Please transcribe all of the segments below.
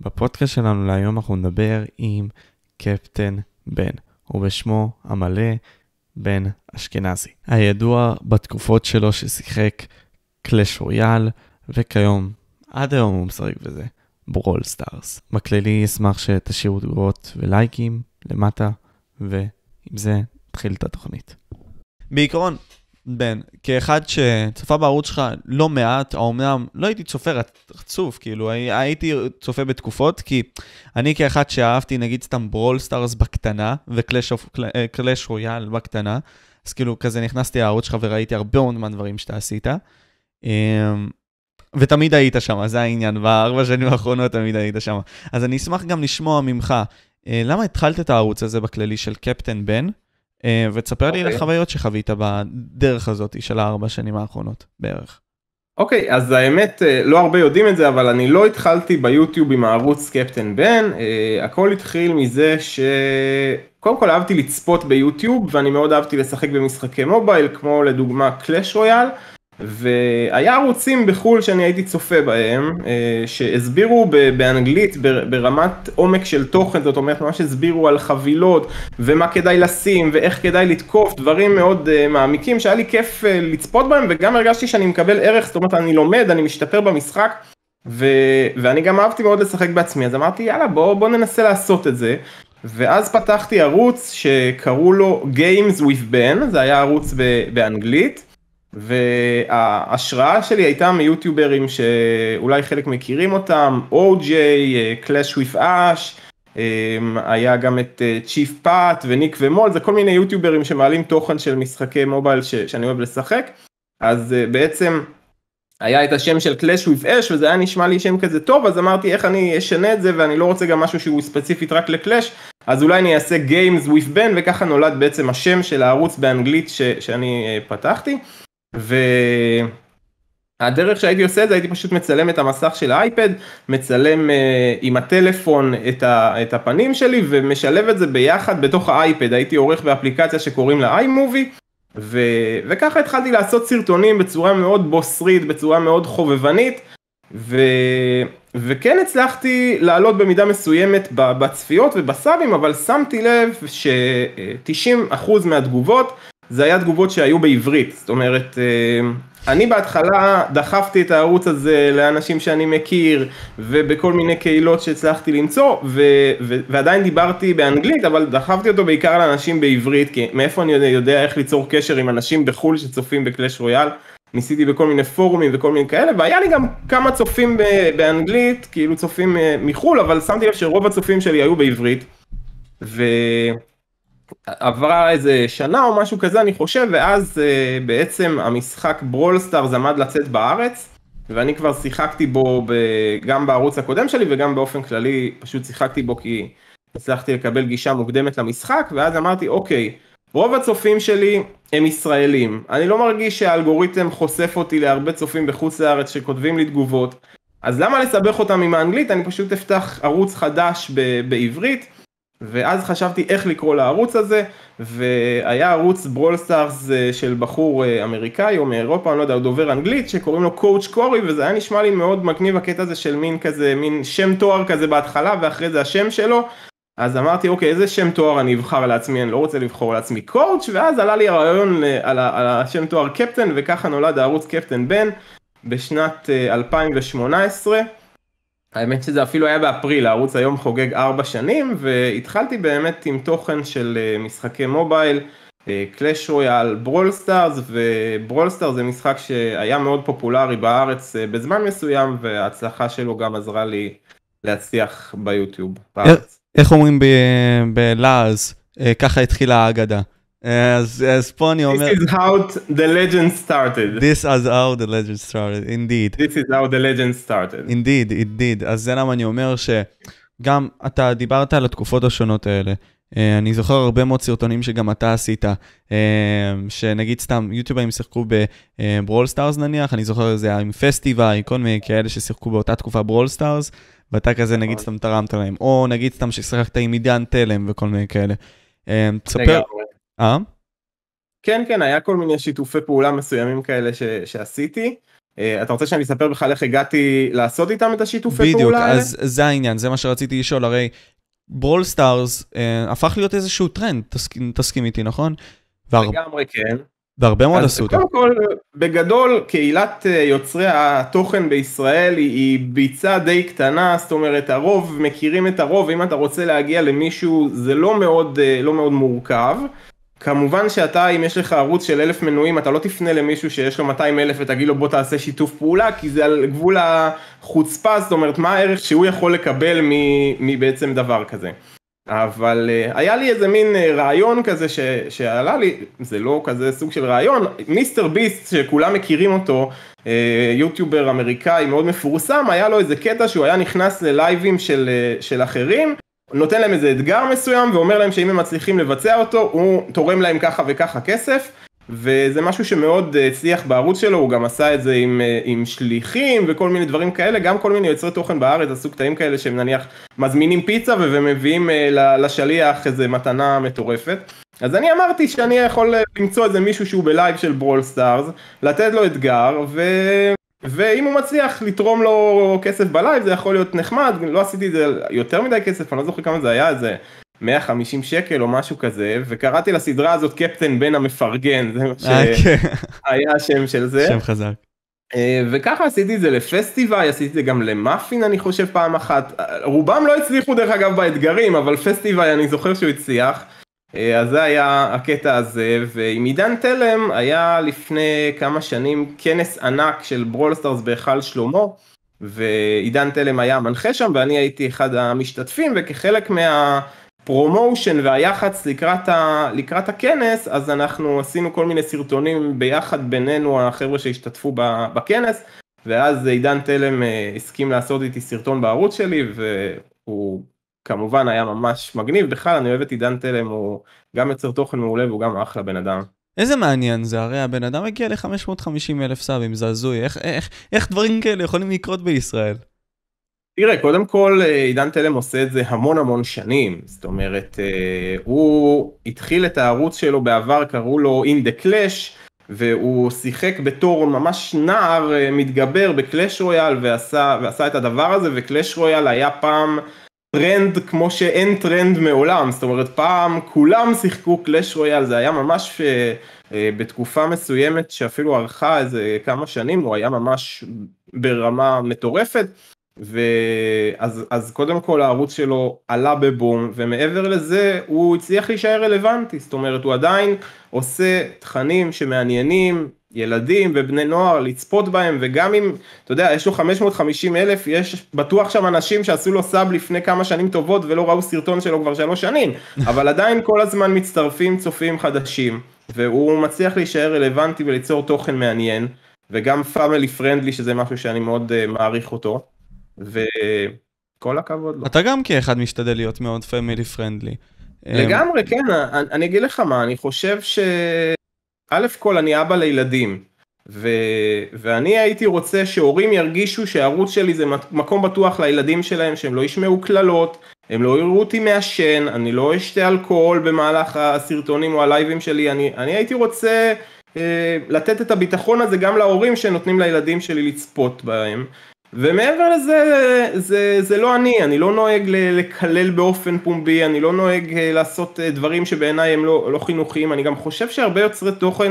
בפודקאסט שלנו להיום אנחנו נדבר עם קפטן בן, ובשמו המלא בן אשכנזי. הידוע בתקופות שלו ששיחק קלאש רויאל, וכיום, עד היום הוא משחק בזה, ברול סטארס. בכללי אשמח שתשאירו תגובות ולייקים למטה, ועם זה תחיל את התוכנית. בעיקרון, בן, כאחד שצופה בערוץ שלך לא מעט, או אמנם לא הייתי צופה רצוף, כאילו הייתי צופה בתקופות, כי אני כאחד שאהבתי נגיד סתם ברול סטארס בקטנה, וקלאש רויאל בקטנה, אז כאילו כזה נכנסתי לערוץ שלך וראיתי הרבה מאוד מהדברים שאתה עשית, ותמיד היית שם, זה העניין, ב4 שנים האחרונות תמיד היית שם. אז אני אשמח גם לשמוע ממך, למה התחלת את הערוץ הזה בכללי של קפטן בן, ותספר לי לחוויות שחווית בדרך הזאת של 4 שנים האחרונות בערך. אוקיי, אז האמת, לא הרבה יודעים את זה, אבל אני לא התחלתי ביוטיוב עם הערוץ קפטן בן, הכל התחיל מזה קודם כל אהבתי לצפות ביוטיוב, ואני מאוד אהבתי לשחק במשחקי מובייל, כמו לדוגמה קלאש רויאל, והיה ערוצים בחול שאני הייתי צופה בהם, שהסבירו באנגלית ברמת עומק של תוכן, זאת אומרת ממש הסבירו על חבילות, ומה כדאי לשים, ואיך כדאי לתקוף, דברים מאוד מעמיקים, שהיה לי כיף לצפות בהם, וגם הרגשתי שאני מקבל ערך, זאת אומרת אני לומד, אני משתפר במשחק, ואני גם אהבתי מאוד לשחק בעצמי, אז אמרתי יאללה בוא ננסה לעשות את זה, ואז פתחתי ערוץ שקראו לו Games with Ben, זה היה ערוץ באנגלית, וההשראה שלי הייתה מיוטיוברים שאולי חלק מכירים אותם, OJ, Clash with Ash, היה גם את צ'יף פאט וניק ומול, זה כל מיני יוטיוברים שמעלים תוכן של משחקי מובייל שאני אוהב לשחק, אז בעצם היה את השם של Clash with Ash, וזה היה נשמע לי שם כזה טוב, אז אמרתי איך אני אשנה את זה, ואני לא רוצה גם משהו שהוא ספציפית רק לקלאש, אז אולי אני אעשה Games with Ben, וככה נולד בעצם השם של הערוץ באנגלית שאני פתחתי, והדרך שהייתי עושה את זה, הייתי פשוט מצלם את המסך של האייפד, מצלם עם הטלפון את הפנים שלי, ומשלב את זה ביחד בתוך האייפד, הייתי עורך באפליקציה שקוראים לה iMovie, וככה התחלתי לעשות סרטונים בצורה מאוד בוסרית, בצורה מאוד חובבנית, וכן הצלחתי לעלות במידה מסוימת בצפיות ובסאבים, אבל שמתי לב ש90% מהתגובות, זה היה תגובות שהיו בעברית, זאת אומרת, אני בהתחלה דחפתי את הערוץ הזה לאנשים שאני מכיר, ובכל מיני קהילות שהצלחתי למצוא, ועדיין דיברתי באנגלית, אבל דחפתי אותו בעיקר לאנשים בעברית, כי מאיפה אני יודע איך ליצור קשר עם אנשים בחול שצופים בקלאש רויאל, ניסיתי בכל מיני פורומים וכל מיני כאלה, והיה לי גם כמה צופים באנגלית, כאילו צופים מחול, אבל שמתי לב שרוב הצופים שלי היו בעברית, עברה איזה שנה או משהו כזה אני חושב, ואז בעצם המשחק ברול סטארס עמד לצאת בארץ, ואני כבר שיחקתי בו גם בערוץ הקודם שלי, וגם באופן כללי פשוט שיחקתי בו כי הצלחתי לקבל גישה מוקדמת למשחק, ואז אמרתי אוקיי, רוב הצופים שלי הם ישראלים, אני לא מרגיש שהאלגוריתם חושף אותי להרבה צופים בחוץ לארץ שכותבים לי תגובות, אז למה לסבך אותם עם האנגלית? אני פשוט אפתח ערוץ חדש בעברית, ואז חשבתי איך לקרוא לערוץ הזה, והיה ערוץ ברול סטארס של בחור אמריקאי או מאירופה, אני לא יודע, הוא דובר אנגלית, שקוראים לו קואוץ' קורי, וזה היה נשמע לי מאוד מגניב הקטע הזה של מין שם תואר כזה בהתחלה, ואחרי זה השם שלו, אז אמרתי אוקיי, איזה שם תואר אני אבחר לעצמי, אני לא רוצה לבחור לעצמי קואוץ', ואז עלה לי הרעיון על השם תואר קפטן, וככה נולד הערוץ קפטן בן, בשנת 2018, האמת שזה אפילו היה באפריל, הערוץ היום חוגג 4 שנים, והתחלתי באמת עם תוכן של משחקי מובייל, קלאש רויאל, ברול סטארס, וברול סטארס זה משחק שהיה מאוד פופולרי בארץ בזמן מסוים, וההצלחה שלו גם עזרה לי להצליח ביוטיוב בארץ. איך אומרים בלעז, ככה התחילה האגדה. אז פה אני אומר... This is how the legend started. This is how the legend started, indeed. This is how the legend started. Indeed. אז זה למה אני אומר שגם אתה דיברת על התקופות השונות האלה. אני זוכר הרבה מאוד סרטונים שגם אתה עשית, שנגיד סתם יוטיוברים שיחקו בברול סטארס נניח, אני זוכר זה היה עם פסטיבל, כל מיני כאלה ששיחקו באותה תקופה ברול סטארס, ואתה כזה נגיד סתם תרמת להם, או נגיד סתם ששיחקת עם עידן תלם וכל מיני כאלה. תספר... כן, היה כל מיני שיתופי פעולה מסוימים כאלה שעשיתי, אתה רוצה שאני אספר בכלל איך הגעתי לעשות איתם את השיתופי פעולה האלה? בדיוק, אז זה העניין, זה מה שרציתי לשאול, הרי ברול סטארס הפך להיות איזשהו טרנד, תסכים איתי, נכון? לגמרי כן. והרבה מאוד עשו אותו. קודם כל, בגדול, קהילת יוצרי התוכן בישראל היא ביצה די קטנה, זאת אומרת, הרוב מכירים את הרוב, ואם אתה רוצה להגיע למישהו, זה לא מאוד מורכב. כמובן שאתה, אם יש לך ערוץ של 1,000 מנויים, אתה לא תפנה למישהו שיש לו 200,000 ותגיד לו בוא תעשה שיתוף פעולה, כי זה על גבול החוצפה, זאת אומרת, מה הערך שהוא יכול לקבל מבעצם דבר כזה. אבל היה לי איזה מין רעיון כזה שעלה לי, זה לא כזה סוג של רעיון, מיסטר ביסט שכולם מכירים אותו, יוטיובר אמריקאי מאוד מפורסם, היה לו איזה קטע שהוא היה נכנס ללייבים של אחרים, נותן להם איזה אתגר מסוים ואומר להם שאם הם מצליחים לבצע אותו, הוא תורם להם ככה וככה כסף, וזה משהו שמאוד הצליח בערוץ שלו, הוא גם עשה את זה עם שליחים וכל מיני דברים כאלה, גם כל מיני יוצרי תוכן בארץ עשו קטעים כאלה שהם נניח מזמינים פיצה ומביאים לשליח איזה מתנה מטורפת. אז אני אמרתי שאני יכול למצוא איזה מישהו שהוא בלייב של ברול סטארס, לתת לו אתגר ואם הוא מצליח לתרום לו כסף בלייב זה יכול להיות נחמד, לא עשיתי את זה יותר מדי כסף, אני לא זוכר כמה זה היה, איזה 150 שקל או משהו כזה, וקראתי לסדרה הזאת קפטן בן המפרגן, זה מה שהיה השם של זה. שם חזק. וככה עשיתי את זה לפסטיבל, עשיתי את זה גם למאפין אני חושב פעם אחת, רובם לא הצליחו דרך אגב באתגרים, אבל פסטיבל אני זוכר שהוא הצליח, אז זה היה הקטע הזה, ועם עידן תלם היה לפני כמה שנים כנס ענק של ברול סטארס בהיכל שלמה, ועידן תלם היה מנחה שם, ואני הייתי אחד המשתתפים, וכחלק פרומושן והיחץ לקראת הכנס, אז אנחנו עשינו כל מיני סרטונים ביחד בינינו, החבר'ה שהשתתפו בכנס, ואז עידן תלם הסכים לעשות איתי סרטון בערוץ שלי, והוא כמובן היה ממש מגניב, בכלל אני אוהב את עידן תלם, הוא גם יוצר תוכן מעולה, והוא גם אחלה בן אדם. איזה מעניין זה, הרי הבן אדם הגיע ל-550,000 סאבים, זה הזוי, איך דברים כאלה יכולים לקרות בישראל? תראה, קודם כל עידן תלם עושה את זה המון שנים, זאת אומרת, הוא התחיל את הערוץ שלו בעבר, קראו לו In The Clash, והוא שיחק בתור ממש נער מתגבר בקלאש רויאל, ועשה את הדבר הזה, וקלאש רויאל היה פעם טרנד כמו שאין טרנד מעולם, זאת אומרת, פעם כולם שיחקו קלאש רויאל, זה היה ממש בתקופה מסוימת, שאפילו ערכה איזה כמה שנים, הוא היה ממש ברמה מטורפת, אז קודם כל הערוץ שלו עלה בבום, ומעבר לזה הוא הצליח להישאר רלוונטי, זאת אומרת הוא עדיין עושה תכנים שמעניינים ילדים ובני נוער לצפות בהם, וגם אם אתה יודע יש לו 550,000, יש בטוח שם אנשים שעשו לו סאב לפני כמה שנים טובות ולא ראו סרטון שלו כבר 3 שנים, אבל עדיין כל הזמן מצטרפים צופים חדשים, והוא מצליח להישאר רלוונטי וליצור תוכן מעניין, וגם פאמילי פרנדלי שזה משהו שאני מאוד מעריך אותו. וכל הכבוד לו. אתה גם כאחד משתדל להיות מאוד פמילי פרנדלי. לגמרי, כן, אני אגיד לך מה, אני חושב א' כל אני אבא לילדים, ואני הייתי רוצה שהורים ירגישו שהערוץ שלי זה מקום בטוח לילדים שלהם, שהם לא ישמעו קללות, הם לא יראו אותי מעשן, אני לא אשתה אלכוהול במהלך הסרטונים או הלייבים שלי, אני הייתי רוצה לתת את הביטחון הזה גם להורים שנותנים לילדים שלי לצפות בהם, ומעבר לזה, זה לא אני לא נוהג לקלל באופן פומבי, אני לא נוהג לעשות דברים שבעיניי הם לא חינוכיים, אני גם חושב שהרבה יוצרי תוכן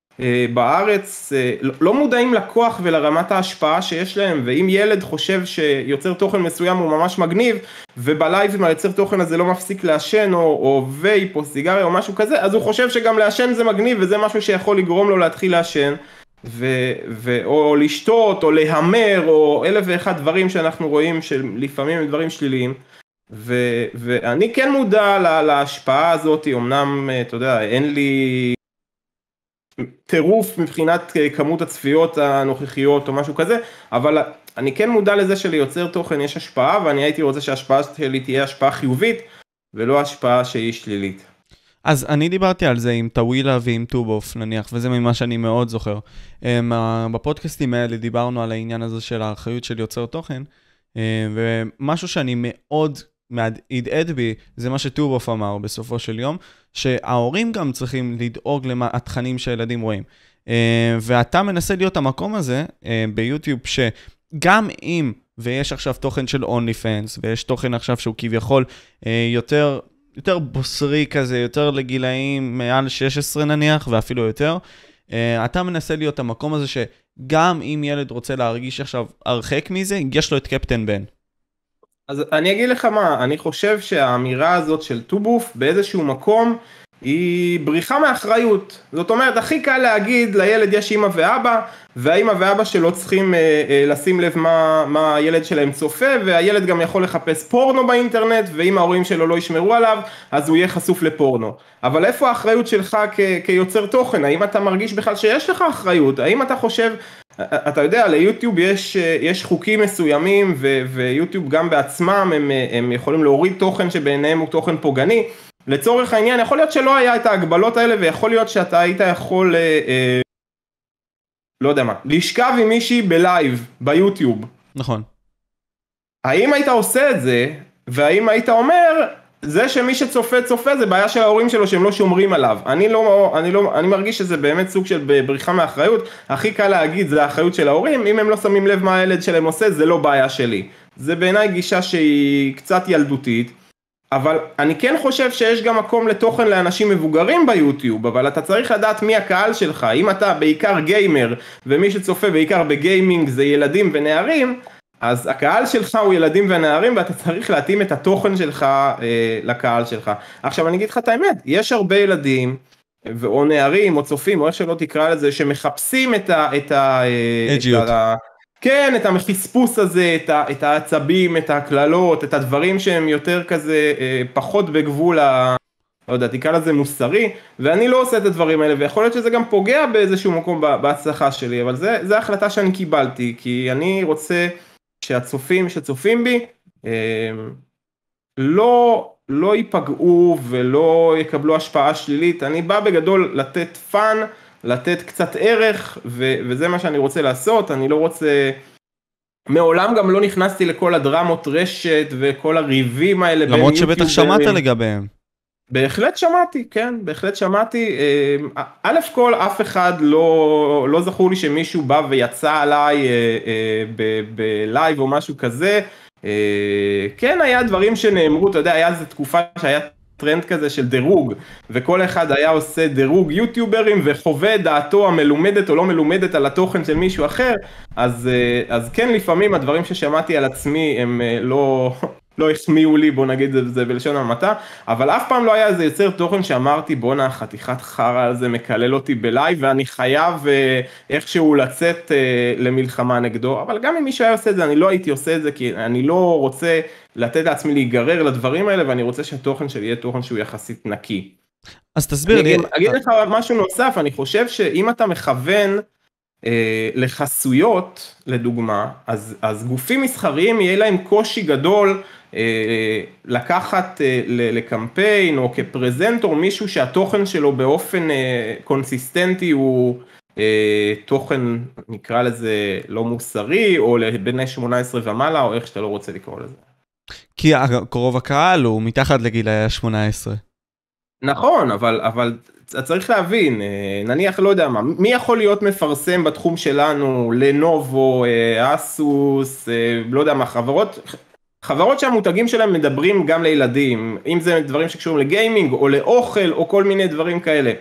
בארץ לא מודעים לכוח ולרמת ההשפעה שיש להם, ואם ילד חושב שיוצר תוכן מסוים הוא ממש מגניב, ובלייב עם היוצר תוכן הזה לא מפסיק לעשן, או וייפ או סיגריה או משהו כזה, אז הוא חושב שגם לעשן זה מגניב, וזה משהו שיכול לגרום לו להתחיל לעשן. או לשתות, או להמר, או 1,001 דברים שאנחנו רואים שלפעמים הם דברים שליליים, ואני כן מודע להשפעה הזאת, אמנם, אתה יודע, אין לי טירוף מבחינת כמות הצפיות הנוכחיות או משהו כזה, אבל אני כן מודע לזה שליוצר תוכן יש השפעה, ואני הייתי רוצה שההשפעה שלי תהיה השפעה חיובית, ולא השפעה שהיא שלילית. אז אני דיברתי על זה עם טווילה ועם טובוף נניח, וזה ממה שאני מאוד זוכר. בפודקאסטים האלה דיברנו על העניין הזה של האחריות של יוצר תוכן, ומשהו שאני מאוד הדהד בי, זה מה שטובוף אמר בסופו של יום, שההורים גם צריכים לדאוג למה התכנים שהילדים רואים. ואתה מנסה להיות המקום הזה ביוטיוב, שגם אם, ויש עכשיו תוכן של OnlyFans, ויש תוכן עכשיו שהוא כביכול יותר בוסרי כזה, יותר לגילאים מעל 16 נניח, ואפילו יותר, אתה מנסה להיות המקום הזה שגם אם ילד רוצה להרגיש עכשיו הרחק מזה, יש לו את קפטן בן. אז אני אגיד לך מה, אני חושב שהאמירה הזאת של טובוף באיזשהו מקום היא בריחה מאחריות. זאת אומרת, הכי קל להגיד לילד יש אמא ואבא, והאמא ואבא שלו צריכים לשים לב מה הילד שלהם צופה, והילד גם יכול לחפש פורנו באינטרנט, ואם ההורים שלו לא ישמרו עליו, אז הוא יהיה חשוף לפורנו. אבל איפה האחריות שלך כיוצר תוכן? האם אתה מרגיש בכלל שיש לך אחריות? האם אתה חושב, אתה יודע, ליוטיוב יש חוקים מסוימים, ויוטיוב גם בעצמם הם יכולים להוריד תוכן שבעיניהם הוא תוכן פוגעני. לצורך העניין, יכול להיות שלא היה את ההגבלות האלה, ויכול להיות שאתה היית יכול, לא יודע מה, לשכב עם מישהי בלייב, ביוטיוב. נכון. האם היית עושה את זה, והאם היית אומר, זה שמי שצופה צופה, זה בעיה של ההורים שלו שהם לא שומרים עליו. אני מרגיש שזה באמת סוג של בריחה מאחריות. הכי קל להגיד, זה האחריות של ההורים, אם הם לא שמים לב מה הילד שלהם עושה, זה לא בעיה שלי. זה בעיניי גישה שהיא קצת ילדותית. אבל אני כן חושב שיש גם מקום לתוכן לאנשים מבוגרים ביוטיוב, אבל אתה צריך לדעת מי הקהל שלך. אם אתה בעיקר גיימר, ומי שצופה בעיקר בגיימינג זה ילדים ונערים, אז הקהל שלך הוא ילדים ונערים, ואתה צריך להתאים את התוכן שלך לקהל שלך. עכשיו אני אגיד לך את האמת, יש הרבה ילדים, או נערים, או צופים, או איך שלא תקרא לזה, שמחפשים את כן, את המחספוס הזה, את העצבים, את הכללות, את הדברים שהם יותר כזה, פחות בגבול, לא יודע, תקרא לזה מוסרי, ואני לא עושה את הדברים האלה, ויכול להיות שזה גם פוגע באיזשהו מקום בהצלחה שלי, אבל זה החלטה שאני קיבלתי, כי אני רוצה שהצופים שצופים בי, לא ייפגעו ולא יקבלו השפעה שלילית. אני בא בגדול לתת פן, לתת קצת ערך, וזה מה שאני רוצה לעשות. אני לא רוצה, מעולם גם לא נכנסתי לכל הדרמות רשת וכל הריבים האלה. למרות שבטח שמעת לגביהם. בהחלט שמעתי, כן, בהחלט שמעתי. א' כל אף אחד לא זכור לי שמישהו בא ויצא עליי בלייב או משהו כזה. כן, היה דברים שנאמרו, אתה יודע, היה איזו תקופה שהיה טרנד כזה של דירוג, וכל אחד היה עושה דירוג יוטיוברים וחווה דעתו המלומדת או לא מלומדת על התוכן של מישהו אחר, אז כן, לפעמים הדברים ששמעתי על עצמי הם לא החמיאו לי, בוא נגיד את זה בלשון המעטה, אבל אף פעם לא היה איזה יוצר תוכן שאמרתי, בואנה, חתיכת חרא על זה מקלל אותי בלייב, ואני חייב איכשהו לצאת למלחמה נגדו, אבל גם אם מישהו היה עושה את זה, אני לא הייתי עושה את זה, כי אני לא רוצה לתת לעצמי להיגרר לדברים האלה, ואני רוצה שהתוכן שלי יהיה תוכן שהוא יחסית נקי. אז תסביר לי. אני אגיד לך משהו נוסף, אני חושב שאם אתה מכוון לחסויות, לדוגמה, אז גופים מסחריים יהיה להם קושי גדול לקחת לקמפיין או כפרזנטור מישהו שהתוכן שלו באופן קונסיסטנטי הוא תוכן, נקרא לזה לא מוסרי, או לבני 18 ומעלה, או איך שאתה לא רוצה לקרוא לזה. כי קרוב הקהל הוא מתחת לגיל 18. נכון, אבל צריך להבין, נניח, לא יודע מה, מי יכול להיות מפרסם בתחום שלנו, לנובו, אסוס, לא יודע מה, חברות שהמותגים שלהם מדברים גם לילדים, אם זה דברים שקשורים לגיימינג, או לאוכל, או כל מיני דברים כאלה.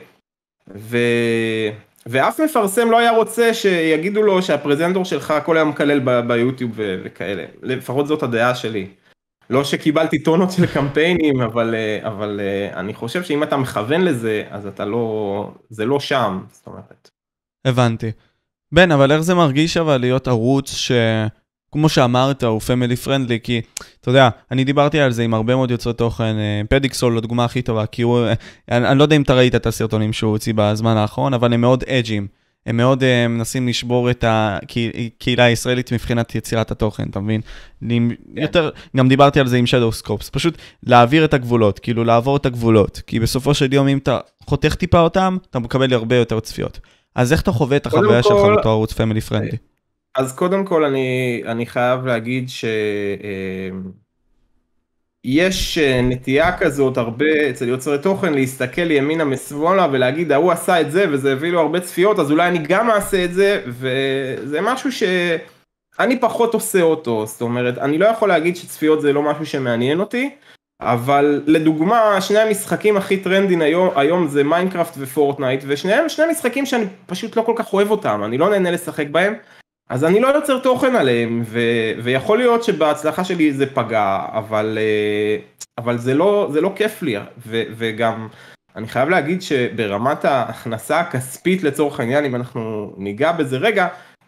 ואף מפרסם לא היה רוצה שיגידו לו שהפרזנטור שלך כל היום מקלל ביוטיוב וכאלה. לפחות זאת הדעה שלי. לא שקיבלתי טונות של קמפיינים, אבל אני חושב שאם אתה מכוון לזה, אז זה לא שם, זאת אומרת. הבנתי. בן, אבל איך זה מרגיש אבל להיות ערוץ כמו שאמרת, הוא פמילי פרנדלי, כי, אתה יודע, אני דיברתי על זה עם הרבה מאוד יוצרי תוכן, פדיקסול, הדוגמה הכי טובה, כי אני לא יודע אם אתה ראית את הסרטונים שהוא הוציא בזמן האחרון, אבל הם מאוד אג'ים, הם מאוד מנסים לשבור את הקהילה הישראלית מבחינת יצירת התוכן, אתה מבין? יותר, גם דיברתי על זה עם Shadow Scopes, פשוט להעביר את הגבולות, כאילו לעבור את הגבולות, כי בסופו של יום אם אתה חותך טיפה אותם, אתה מקבל הרבה יותר צפיות. אז איך אתה חווה את החוויה שלך בתור ערוץ פמילי פרנדלי? אז קודם כל אני חייב להגיד יש נטייה כזאת הרבה אצל יוצרי תוכן להסתכל ימינה משמאלה ולהגיד הוא עשה את זה וזה הביא לו הרבה צפיות, אז אולי אני גם אעשה את זה, וזה משהו שאני פחות עושה אותו. זאת אומרת, אני לא יכול להגיד שצפיות זה לא משהו שמעניין אותי, אבל לדוגמה שני המשחקים הכי טרנדין היום זה מיינקראפט ופורטנייט, ושניהם שני משחקים שאני פשוט לא כל כך אוהב אותם, אני לא נהנה לשחק בהם, אז אני לא יוצר תוכן עליהם, ויכול להיות שבהצלחה שלי זה פגע, אבל זה לא כיף לי, וגם אני חייב להגיד שברמת ההכנסה הכספית לצורך העניין, אם אנחנו ניגע בזה רגע,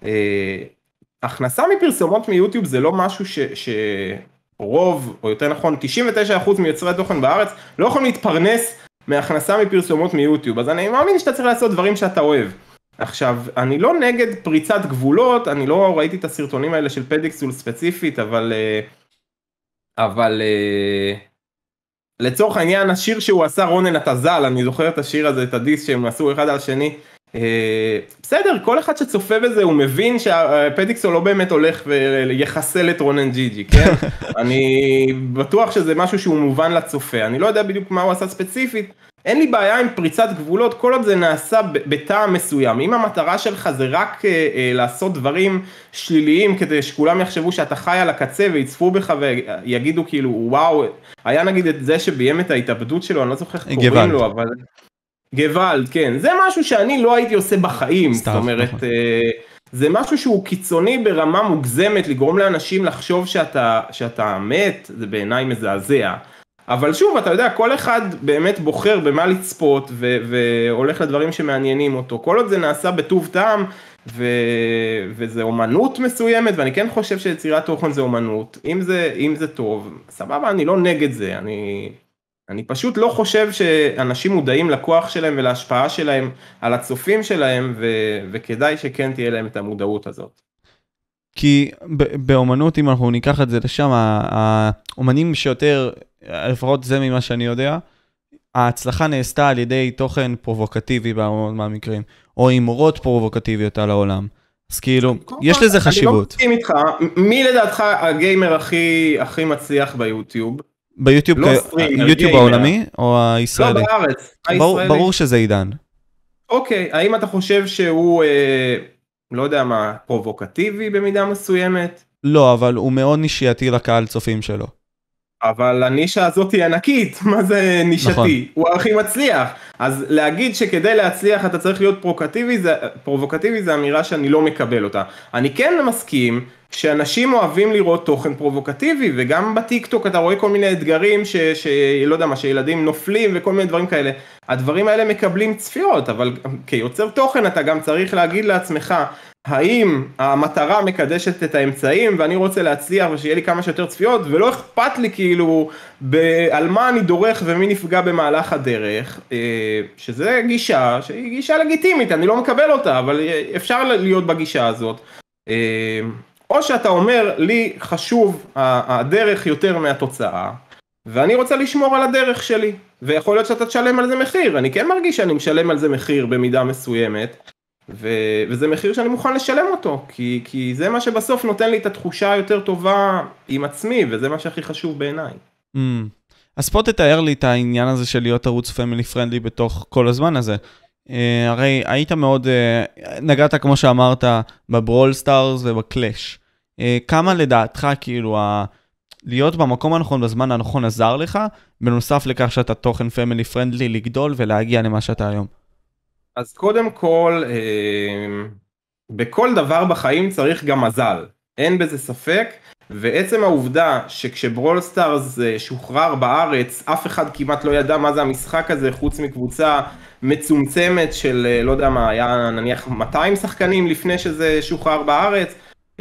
הכנסה מפרסומות מיוטיוב זה לא משהו רוב, או יותר נכון 99% מיוצרי תוכן בארץ לא יכולים להתפרנס מהכנסה מפרסומות מיוטיוב, אז אני מאמין שאתה צריך לעשות דברים שאתה אוהב. עכשיו, אני לא נגד פריצת גבולות, אני לא ראיתי את הסרטונים האלה של פדיקסול ספציפית, אבל לצורך העניין, השיר שהוא עשה רונן התזל, אני זוכר את השיר הזה, את הדיס שהם עשו אחד על השני, בסדר, כל אחד שצופה בזה הוא מבין שהפדיקסול לא באמת הולך ויחסל את רונן ג'יג'י, כן? אני בטוח שזה משהו שהוא מובן לצופה, אני לא יודע בדיוק מה הוא עשה ספציפית, אין לי בעיה עם פריצת גבולות, כל עוד זה נעשה בטעם מסוים. אם המטרה שלך זה רק לעשות דברים שליליים, כדי שכולם יחשבו שאתה חי על הקצה, ויצפו בך ויגידו כאילו, וואו, היה נגיד את זה שביים את ההתאבדות שלו, אני לא זוכר איך קוראים לו, אבל... גוואלד, כן. זה משהו שאני לא הייתי עושה בחיים, זאת אומרת, זה משהו שהוא קיצוני ברמה מוגזמת, לגרום לאנשים לחשוב שאתה מת, זה בעיניי מזעזע. אבל שוב, אתה יודע, כל אחד באמת בוחר במה לצפות, והולך לדברים שמעניינים אותו. כל עוד זה נעשה בטוב טעם, וזה אומנות מסוימת, ואני כן חושב שיצירת תוכן זה אומנות. אם זה טוב, סבבה, אני לא נגד זה. אני פשוט לא חושב שאנשים מודעים לכוח שלהם ולהשפעה שלהם על הצופים שלהם, וכדאי שכן תהיה להם את המודעות הזאת. כי באומנות, אם אנחנו ניקח את זה לשם, האומנים שיותר, לפחות זה ממה שאני יודע, ההצלחה נעשתה על ידי תוכן פרובוקטיבי בהמון מהמקרים, או אמרות פרובוקטיביות על העולם. אז כאילו, יש לזה חשיבות. אני לא מסכים איתך, מי לדעתך הגיימר הכי מצליח ביוטיוב? ביוטיוב, יוטיוב העולמי או הישראלי? לא, בארץ, הישראלי. ברור שזה עידן. אוקיי, האם אתה חושב שהוא... לא יודע מה, פרובוקטיבי במידה מסוימת? לא, אבל הוא מאוד נישייתי לקהל צופים שלו. אבל הנישה הזאת היא ענקית, מה זה נישתי? נכון. הוא הכי מצליח. אז להגיד שכדי להצליח אתה צריך להיות פרובוקטיבי, זה אמירה שאני לא מקבל אותה. אני כן מסכים שאנשים אוהבים לראות תוכן פרובוקטיבי, וגם בטיקטוק אתה רואה כל מיני אתגרים שלא יודע מה, שילדים נופלים וכל מיני דברים כאלה. הדברים האלה מקבלים צפיות, אבל כיוצר תוכן אתה גם צריך להגיד לעצמך, האם המטרה מקדשת את האמצעים, ואני רוצה להצליח ושיהיה לי כמה שיותר צפיות, ולא אכפת לי כאילו על מה אני דורך ומי נפגע במהלך הדרך, שזה גישה שהיא גישה לגיטימית, אני לא מקבל אותה, אבל אפשר להיות בגישה הזאת. או שאתה אומר, לי חשוב הדרך יותר מהתוצאה, ואני רוצה לשמור על הדרך שלי, ויכול להיות שאתה תשלם על זה מחיר, אני כן מרגיש שאני משלם על זה מחיר במידה מסוימת, וזה מחיר שאני מוכן לשלם אותו, כי זה מה שבסוף נותן לי את התחושה היותר טובה עם עצמי, וזה מה שהכי חשוב בעיניי. אז פה תתאר לי את העניין הזה של להיות ערוץ פמילי פרנדלי בתוך כל הזמן הזה. הרי היית מאוד, נגעת כמו שאמרת, בברול סטארס ובקלאש. כמה לדעתך כאילו להיות במקום הנכון בזמן הנכון עזר לך, בנוסף לכך שאתה תוכן פמילי פרנדלי לגדול ולהגיע למה שאתה היום? אז קודם כל, בכל דבר בחיים צריך גם מזל, אין בזה ספק, ועצם העובדה שכשברול סטארס שוחרר בארץ, אף אחד כמעט לא ידע מה זה המשחק הזה, חוץ מקבוצה מצומצמת של, לא יודע מה, היה נניח 200 שחקנים לפני שזה שוחרר בארץ,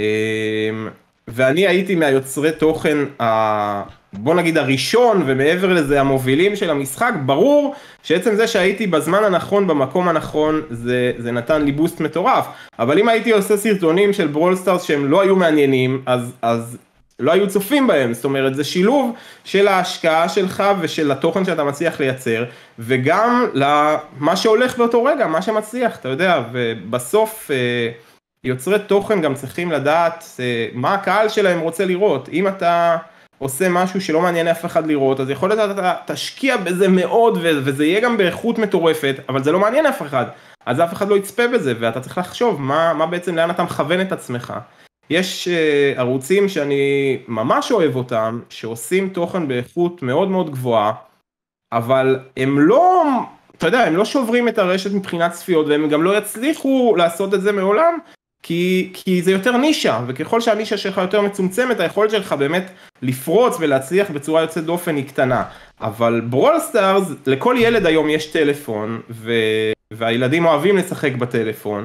ואני הייתי מהיוצרי תוכן, בוא נגיד הראשון, ומעבר לזה המובילים של המשחק, ברור שעצם זה שהייתי בזמן הנכון, במקום הנכון, זה נתן לי בוסט מטורף. אבל אם הייתי עושה סרטונים של ברול סטארס שהם לא היו מעניינים, אז לא היו צופים בהם. זאת אומרת, זה שילוב של ההשקעה שלך ושל התוכן שאתה מצליח לייצר, וגם למה שהולך באותו רגע, מה שמצליח, אתה יודע, ובסוף יוצרי תוכן גם צריכים לדעת מה הקהל שלהם רוצה לראות. אם אתה עושה משהו שלא מעניין אף אחד לראות, אז יכול להיות אתה תשקיע בזה מאוד, וזה יהיה גם באיכות מטורפת, אבל זה לא מעניין אף אחד, אז אף אחד לא יצפה בזה, ואתה צריך לחשוב מה בעצם, לאן אתה מכוון את עצמך. יש ערוצים שאני ממש אוהב אותם, שעושים תוכן באיכות מאוד מאוד גבוהה, אבל הם לא, אתה יודע, הם לא שוברים את הרשת מבחינת צפיות, והם גם לא יצליחו לעשות את זה מעולם, כי זה יותר נישה, וככל שהנישה שלך יותר מצומצמת, היכולת שלך באמת לפרוץ ולהצליח בצורה יוצאת דופן היא קטנה. אבל ברול סטארס, לכל ילד היום יש טלפון, והילדים אוהבים לשחק בטלפון,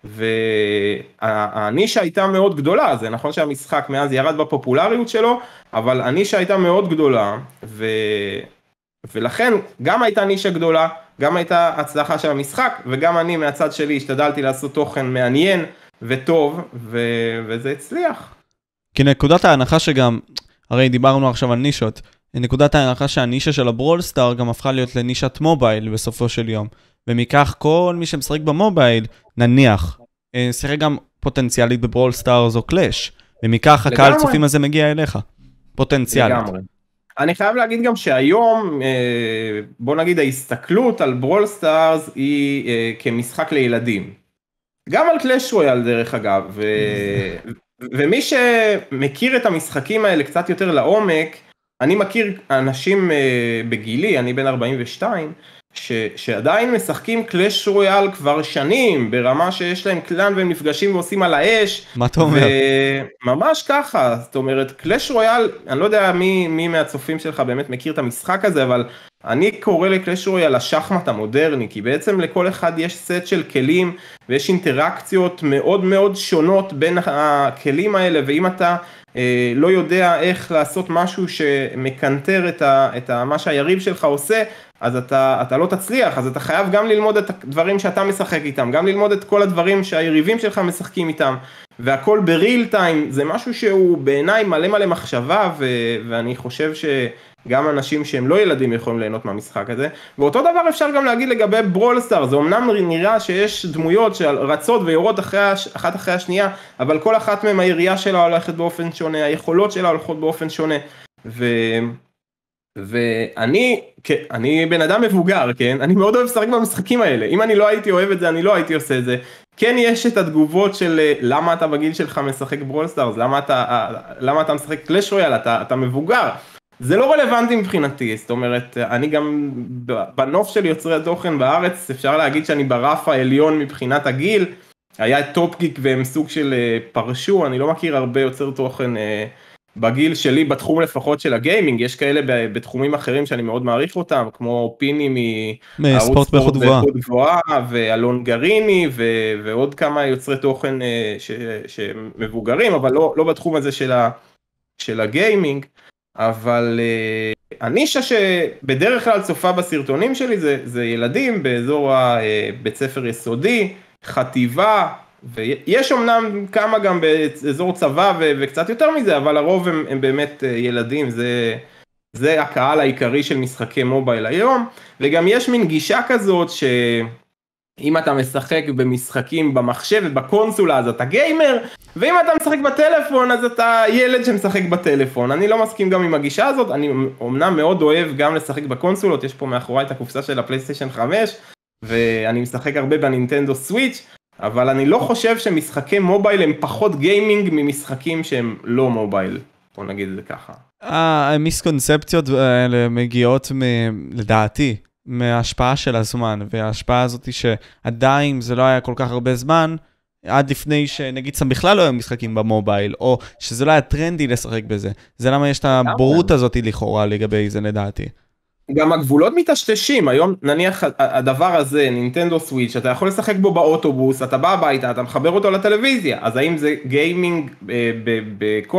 והנישה הייתה מאוד גדולה, זה נכון שהמשחק מאז ירד בפופולריות שלו, אבל הנישה הייתה מאוד גדולה, ולכן גם הייתה נישה גדולה, גם הייתה הצלחה של המשחק, וגם אני מהצד שלי השתדלתי לעשות תוכן מעניין וטוב, וזה הצליח. כי נקודת ההנחה שגם, הרי דיברנו עכשיו על נישות, נקודת ההנחה שהנישה של הברול סטאר גם הפכה להיות לנישת מובייל בסופו של יום, ומכך כל מי שמשחק במובייל, נניח, שיחק גם פוטנציאלית בברול סטארס או קלאש, ומכך הקהל צופים הזה מגיע אליך, פוטנציאלית. לגמרי. אני חייב להגיד גם שהיום, בוא נגיד ההסתכלות על ברול סטארס היא כמשחק לילדים. גם על קלאש רויאל דרך אגב, ומי שמכיר את המשחקים האלה קצת יותר לעומק, אני מכיר אנשים בגילי, אני בן 42, שעדיין משחקים קלאש רויאל כבר שנים, ברמה שיש להם קלאן והם נפגשים ועושים על האש. מה אתה אומר? ממש ככה, זאת אומרת, קלאש רויאל, אני לא יודע מי מהצופים שלך באמת מכיר את המשחק הזה, אבל אני קורא לקלאש רויאל השחמט המודרני, כי בעצם לכל אחד יש סט של כלים, ויש אינטראקציות מאוד מאוד שונות בין הכלים האלה, ואם אתה לא יודע איך לעשות משהו שמקנטר את מה שהיריב שלך עושה, אז אתה לא תצליח, אז אתה חייב גם ללמוד את הדברים שאתה משחק איתם, גם ללמוד את כל הדברים שהיריבים שלך משחקים איתם, והכל בריל טיים, זה משהו שהוא בעיניי מלא מלא מחשבה, ואני חושב שגם אנשים שהם לא ילדים יכולים ליהנות מהמשחק הזה, ואותו דבר אפשר גם להגיד לגבי ברול סטאר, זה אמנם נראה שיש דמויות שרצות ויורות אחת אחרי השנייה, אבל כל אחת מהם הירייה שלה הולכת באופן שונה, היכולות שלה הולכות באופן שונה, ואני בן אדם מבוגר, כן? אני מאוד אוהב לשחק במשחקים האלה. אם אני לא הייתי אוהב את זה, אני לא הייתי עושה את זה. כן יש את התגובות של למה אתה בגיל שלך משחק ברול סטארס, למה אתה משחק קלאש רויאל, אתה מבוגר. זה לא רלוונטי מבחינתי, זאת אומרת, אני גם בנוף של יוצרי התוכן בארץ, אפשר להגיד שאני ברף העליון מבחינת הגיל, היה את טופ גיק והם סוג של פרשו, אני לא מכיר הרבה יוצר תוכן בגיל שלי, בתחום לפחות של הגיימינג, יש כאלה בתחומים אחרים שאני מאוד מעריך אותם, כמו פיני מערוץ ספורט באיכות גבוהה, ואלון גריני, ועוד כמה יוצרי תוכן שמבוגרים, אבל לא בתחום הזה של הגיימינג, אבל הנישה שבדרך כלל צופה בסרטונים שלי, זה ילדים באזור בית ספר יסודי, חטיבה, ויש אמנם כמה גם באזור צבא וקצת יותר מזה, אבל הרוב הם באמת ילדים, זה הקהל העיקרי של משחקי מובייל היום, וגם יש מין גישה כזאת שאם אתה משחק במשחקים במחשב ובקונסולה אז אתה גיימר, ואם אתה משחק בטלפון אז אתה ילד שמשחק בטלפון. אני לא מסכים גם עם הגישה הזאת, אני אמנם מאוד אוהב גם לשחק בקונסולות, יש פה מאחורי את הקופסה של הפלייסטיישן 5, ואני משחק הרבה בנינטנדו סוויץ', אבל אני לא חושב שמשחקי מובייל הם פחות גיימינג ממשחקים שהם לא מובייל, בוא נגיד את זה ככה. המיסקונספציות האלה מגיעות לדעתי מההשפעה של הזמן, וההשפעה הזאת היא שעדיין זה לא היה כל כך הרבה זמן, עד לפני שנגיד שם בכלל לא היו משחקים במובייל, או שזה לא היה טרנדי לשחק בזה. זה למה יש את הבורות הזאת לכאורה לגבי זה לדעתי. גם הגבולות מתשתשים, היום נניח הדבר הזה, נינטנדו סוויץ', אתה יכול לשחק בו באוטובוס, אתה בא הביתה, אתה מחבר אותו לטלוויזיה, אז האם זה גיימינג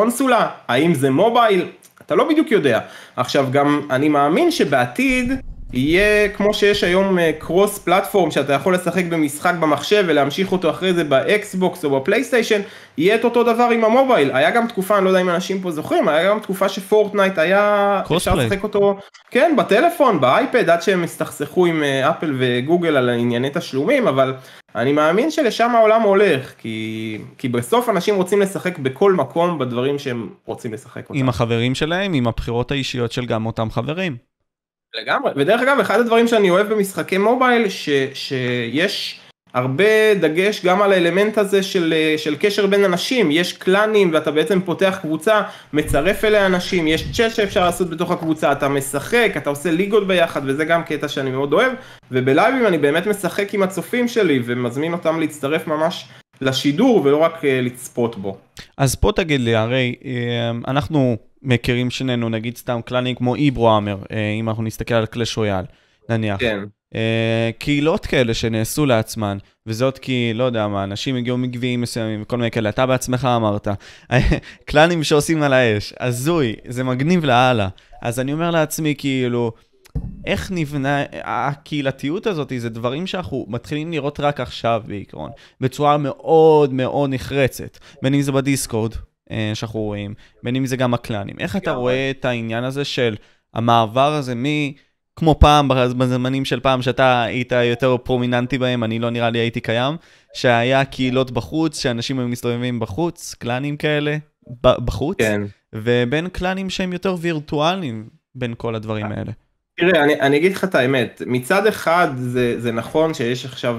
בקונסולה, האם זה מובייל, אתה לא בדיוק יודע. עכשיו גם אני מאמין שבעתיד יהיה כמו שיש היום קרוס פלטפורם, שאתה יכול לשחק במשחק במחשב ולהמשיך אותו אחרי זה באקסבוקס או בפלייסטיישן, יהיה את אותו דבר עם המובייל. היה גם תקופה, אני לא יודע אם אנשים פה זוכרים, היה גם תקופה שפורטנייט היה, אפשר לשחק אותו, כן, בטלפון, באייפד, עד שהם הסתכסכו עם אפל וגוגל על ענייני תשלומים, אבל אני מאמין שלשם העולם הולך, כי בסוף אנשים רוצים לשחק בכל מקום בדברים שהם רוצים לשחק אותם. עם החברים שלהם, עם הבחירות האישיות של גם אותם חברים. לגמרי, ודרך אגב, אחד הדברים שאני אוהב במשחקי מובייל, שיש הרבה דגש גם על האלמנט הזה של קשר בין אנשים, יש קלאנים ואתה בעצם פותח קבוצה, מצרף אליה אנשים, יש צ'אט שאפשר לעשות בתוך הקבוצה, אתה משחק, אתה עושה ליגות ביחד, וזה גם קטע שאני מאוד אוהב, ובלייבים אני באמת משחק עם הצופים שלי, ומזמין אותם להצטרף ממש לשידור, ולא רק לצפות בו. אז פה תגיד לי, הרי אנחנו מכירים שנינו, נגיד סתם קלאנים כמו איברו-אמר, אם אנחנו נסתכל על קלאש רויאל, נניח. כן. קהילות כאלה שנעשו לעצמן, וזאת כי, לא יודע מה, אנשים הגיעו מגביעים מסוימים וכל מיני כאלה, אתה בעצמך אמרת, קלאנים שעושים על האש, הזוי, זה מגניב להעלה. אז אני אומר לעצמי כאילו, איך נבנה, הקהילתיות הזאת, זה דברים שאנחנו מתחילים לראות רק עכשיו בעיקרון, בצורה מאוד מאוד נחרצת, בין אם זה בדיסקורד שאנחנו רואים, בין אם זה גם הקלאנים. איך אתה רואה את העניין הזה של המעבר הזה כמו פעם, בזמנים של פעם שאתה היית יותר פרומיננטי בהם, אני לא נראה לי הייתי קיים, שהיה קהילות בחוץ, שאנשים היו מסתובבים בחוץ, קלאנים כאלה בחוץ, כן. ובין קלאנים שהם יותר וירטואליים בין כל הדברים האלה. תראה, אני אגיד לך את האמת, מצד אחד זה נכון שיש עכשיו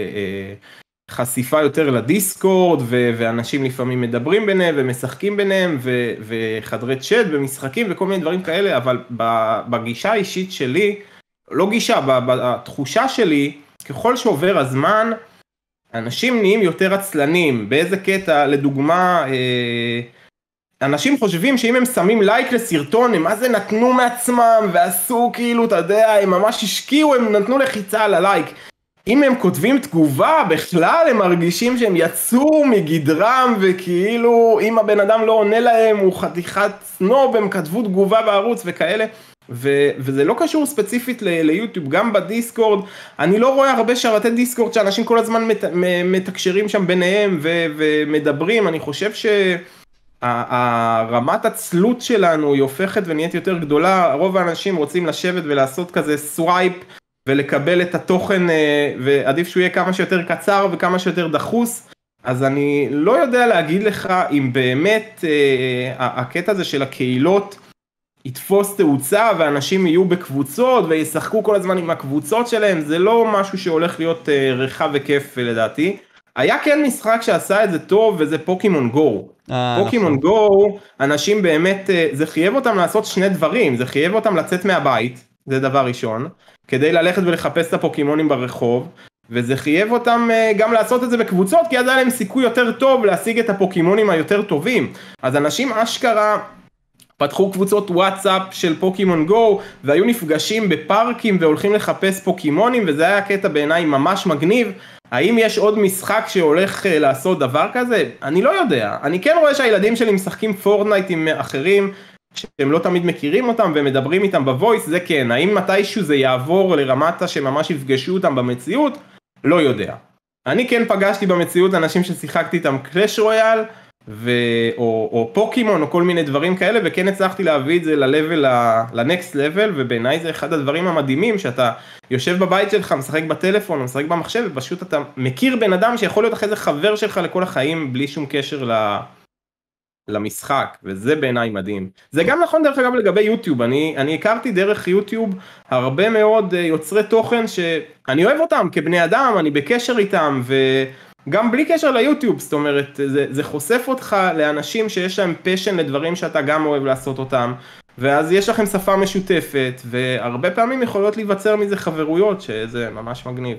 חשיפה יותר לדיסקורד, ואנשים לפעמים מדברים ביניהם ומשחקים ביניהם, וחדרי צ'אט במשחקים וכל מיני דברים כאלה, אבל בגישה האישית שלי, לא גישה, בתחושה שלי, ככל שעובר הזמן, אנשים נהיים יותר עצלנים. באיזה קטע, לדוגמה, אנשים חושבים שאם הם שמים לייק לסרטון, הם מה זה נתנו מעצמם, ועשו כאילו, אתה יודע, הם ממש השקיעו, הם נתנו לחיצה על הלייק. אם הם כותבים תגובה, בכלל הם מרגישים שהם יצאו מגדרם, וכאילו אם הבן אדם לא עונה להם, הוא חתיכת סנוב, הם כתבו תגובה בערוץ וכאלה, וזה לא קשור ספציפית ליוטיוב, גם בדיסקורד, אני לא רואה הרבה שרתי דיסקורד, שאנשים כל הזמן מתקשרים שם ביניהם, ומדברים. אני חושב שהרמת הצלות שלנו היא הופכת ונהיית יותר גדולה, רוב האנשים רוצים לשבת ולעשות כזה סווייפ, ולקבל את התוכן, ועדיף שהוא יהיה כמה שיותר קצר וכמה שיותר דחוס. אז אני לא יודע להגיד לך אם באמת הקטע הזה של הקהילות יתפוס תאוצה, ואנשים יהיו בקבוצות וישחקו כל הזמן עם הקבוצות שלהם, זה לא משהו שהולך להיות רחב וכיף לדעתי. היה כן משחק שעשה את זה טוב, וזה פוקימון גו. פוקימון גו, אנשים באמת, זה חייב אותם לעשות שני דברים, זה חייב אותם לצאת מהבית, זה דבר ראשון, כדי ללכת ולחפש את הפוקימונים ברחוב, וזה חייב אותם גם לעשות את זה בקבוצות, כי אז היה להם סיכוי יותר טוב להשיג את הפוקימונים היותר טובים. אז אנשים אשכרה פתחו קבוצות וואטסאפ של פוקימון גו, והיו נפגשים בפארקים והולכים לחפש פוקימונים, וזה היה קטע בעיניי ממש מגניב. האם יש עוד משחק שהולך לעשות דבר כזה? אני לא יודע. אני כן רואה שהילדים שלי משחקים פורטנייט עם אחרים, שהם לא תמיד מכירים אותם ומדברים איתם בוויס, זה כן. האם מתישהו זה יעבור לרמתה שממש יפגשו אותם במציאות? לא יודע. אני כן פגשתי במציאות אנשים ששיחקתי איתם קלאש רויאל, או פוקימון או כל מיני דברים כאלה, וכן הצלחתי להביא את זה לנקסט לבל, ובעיניי זה אחד הדברים המדהימים, שאתה יושב בבית שלך, משחק בטלפון או משחק במחשב, ופשוט אתה מכיר בן אדם שיכול להיות אחרי זה חבר שלך לכל החיים, בלי שום קשר למשחק, וזה בעיניי מדהים. זה גם נכון דרך אגב לגבי יוטיוב, אני הכרתי דרך יוטיוב הרבה מאוד יוצרי תוכן שאני אוהב אותם כבני אדם, אני בקשר איתם, וגם בלי קשר ליוטיוב, זאת אומרת, זה חושף אותך לאנשים שיש להם פשן לדברים שאתה גם אוהב לעשות אותם, ואז יש לכם שפה משותפת, והרבה פעמים יכולות להיווצר מזה חברויות, שזה ממש מגניב.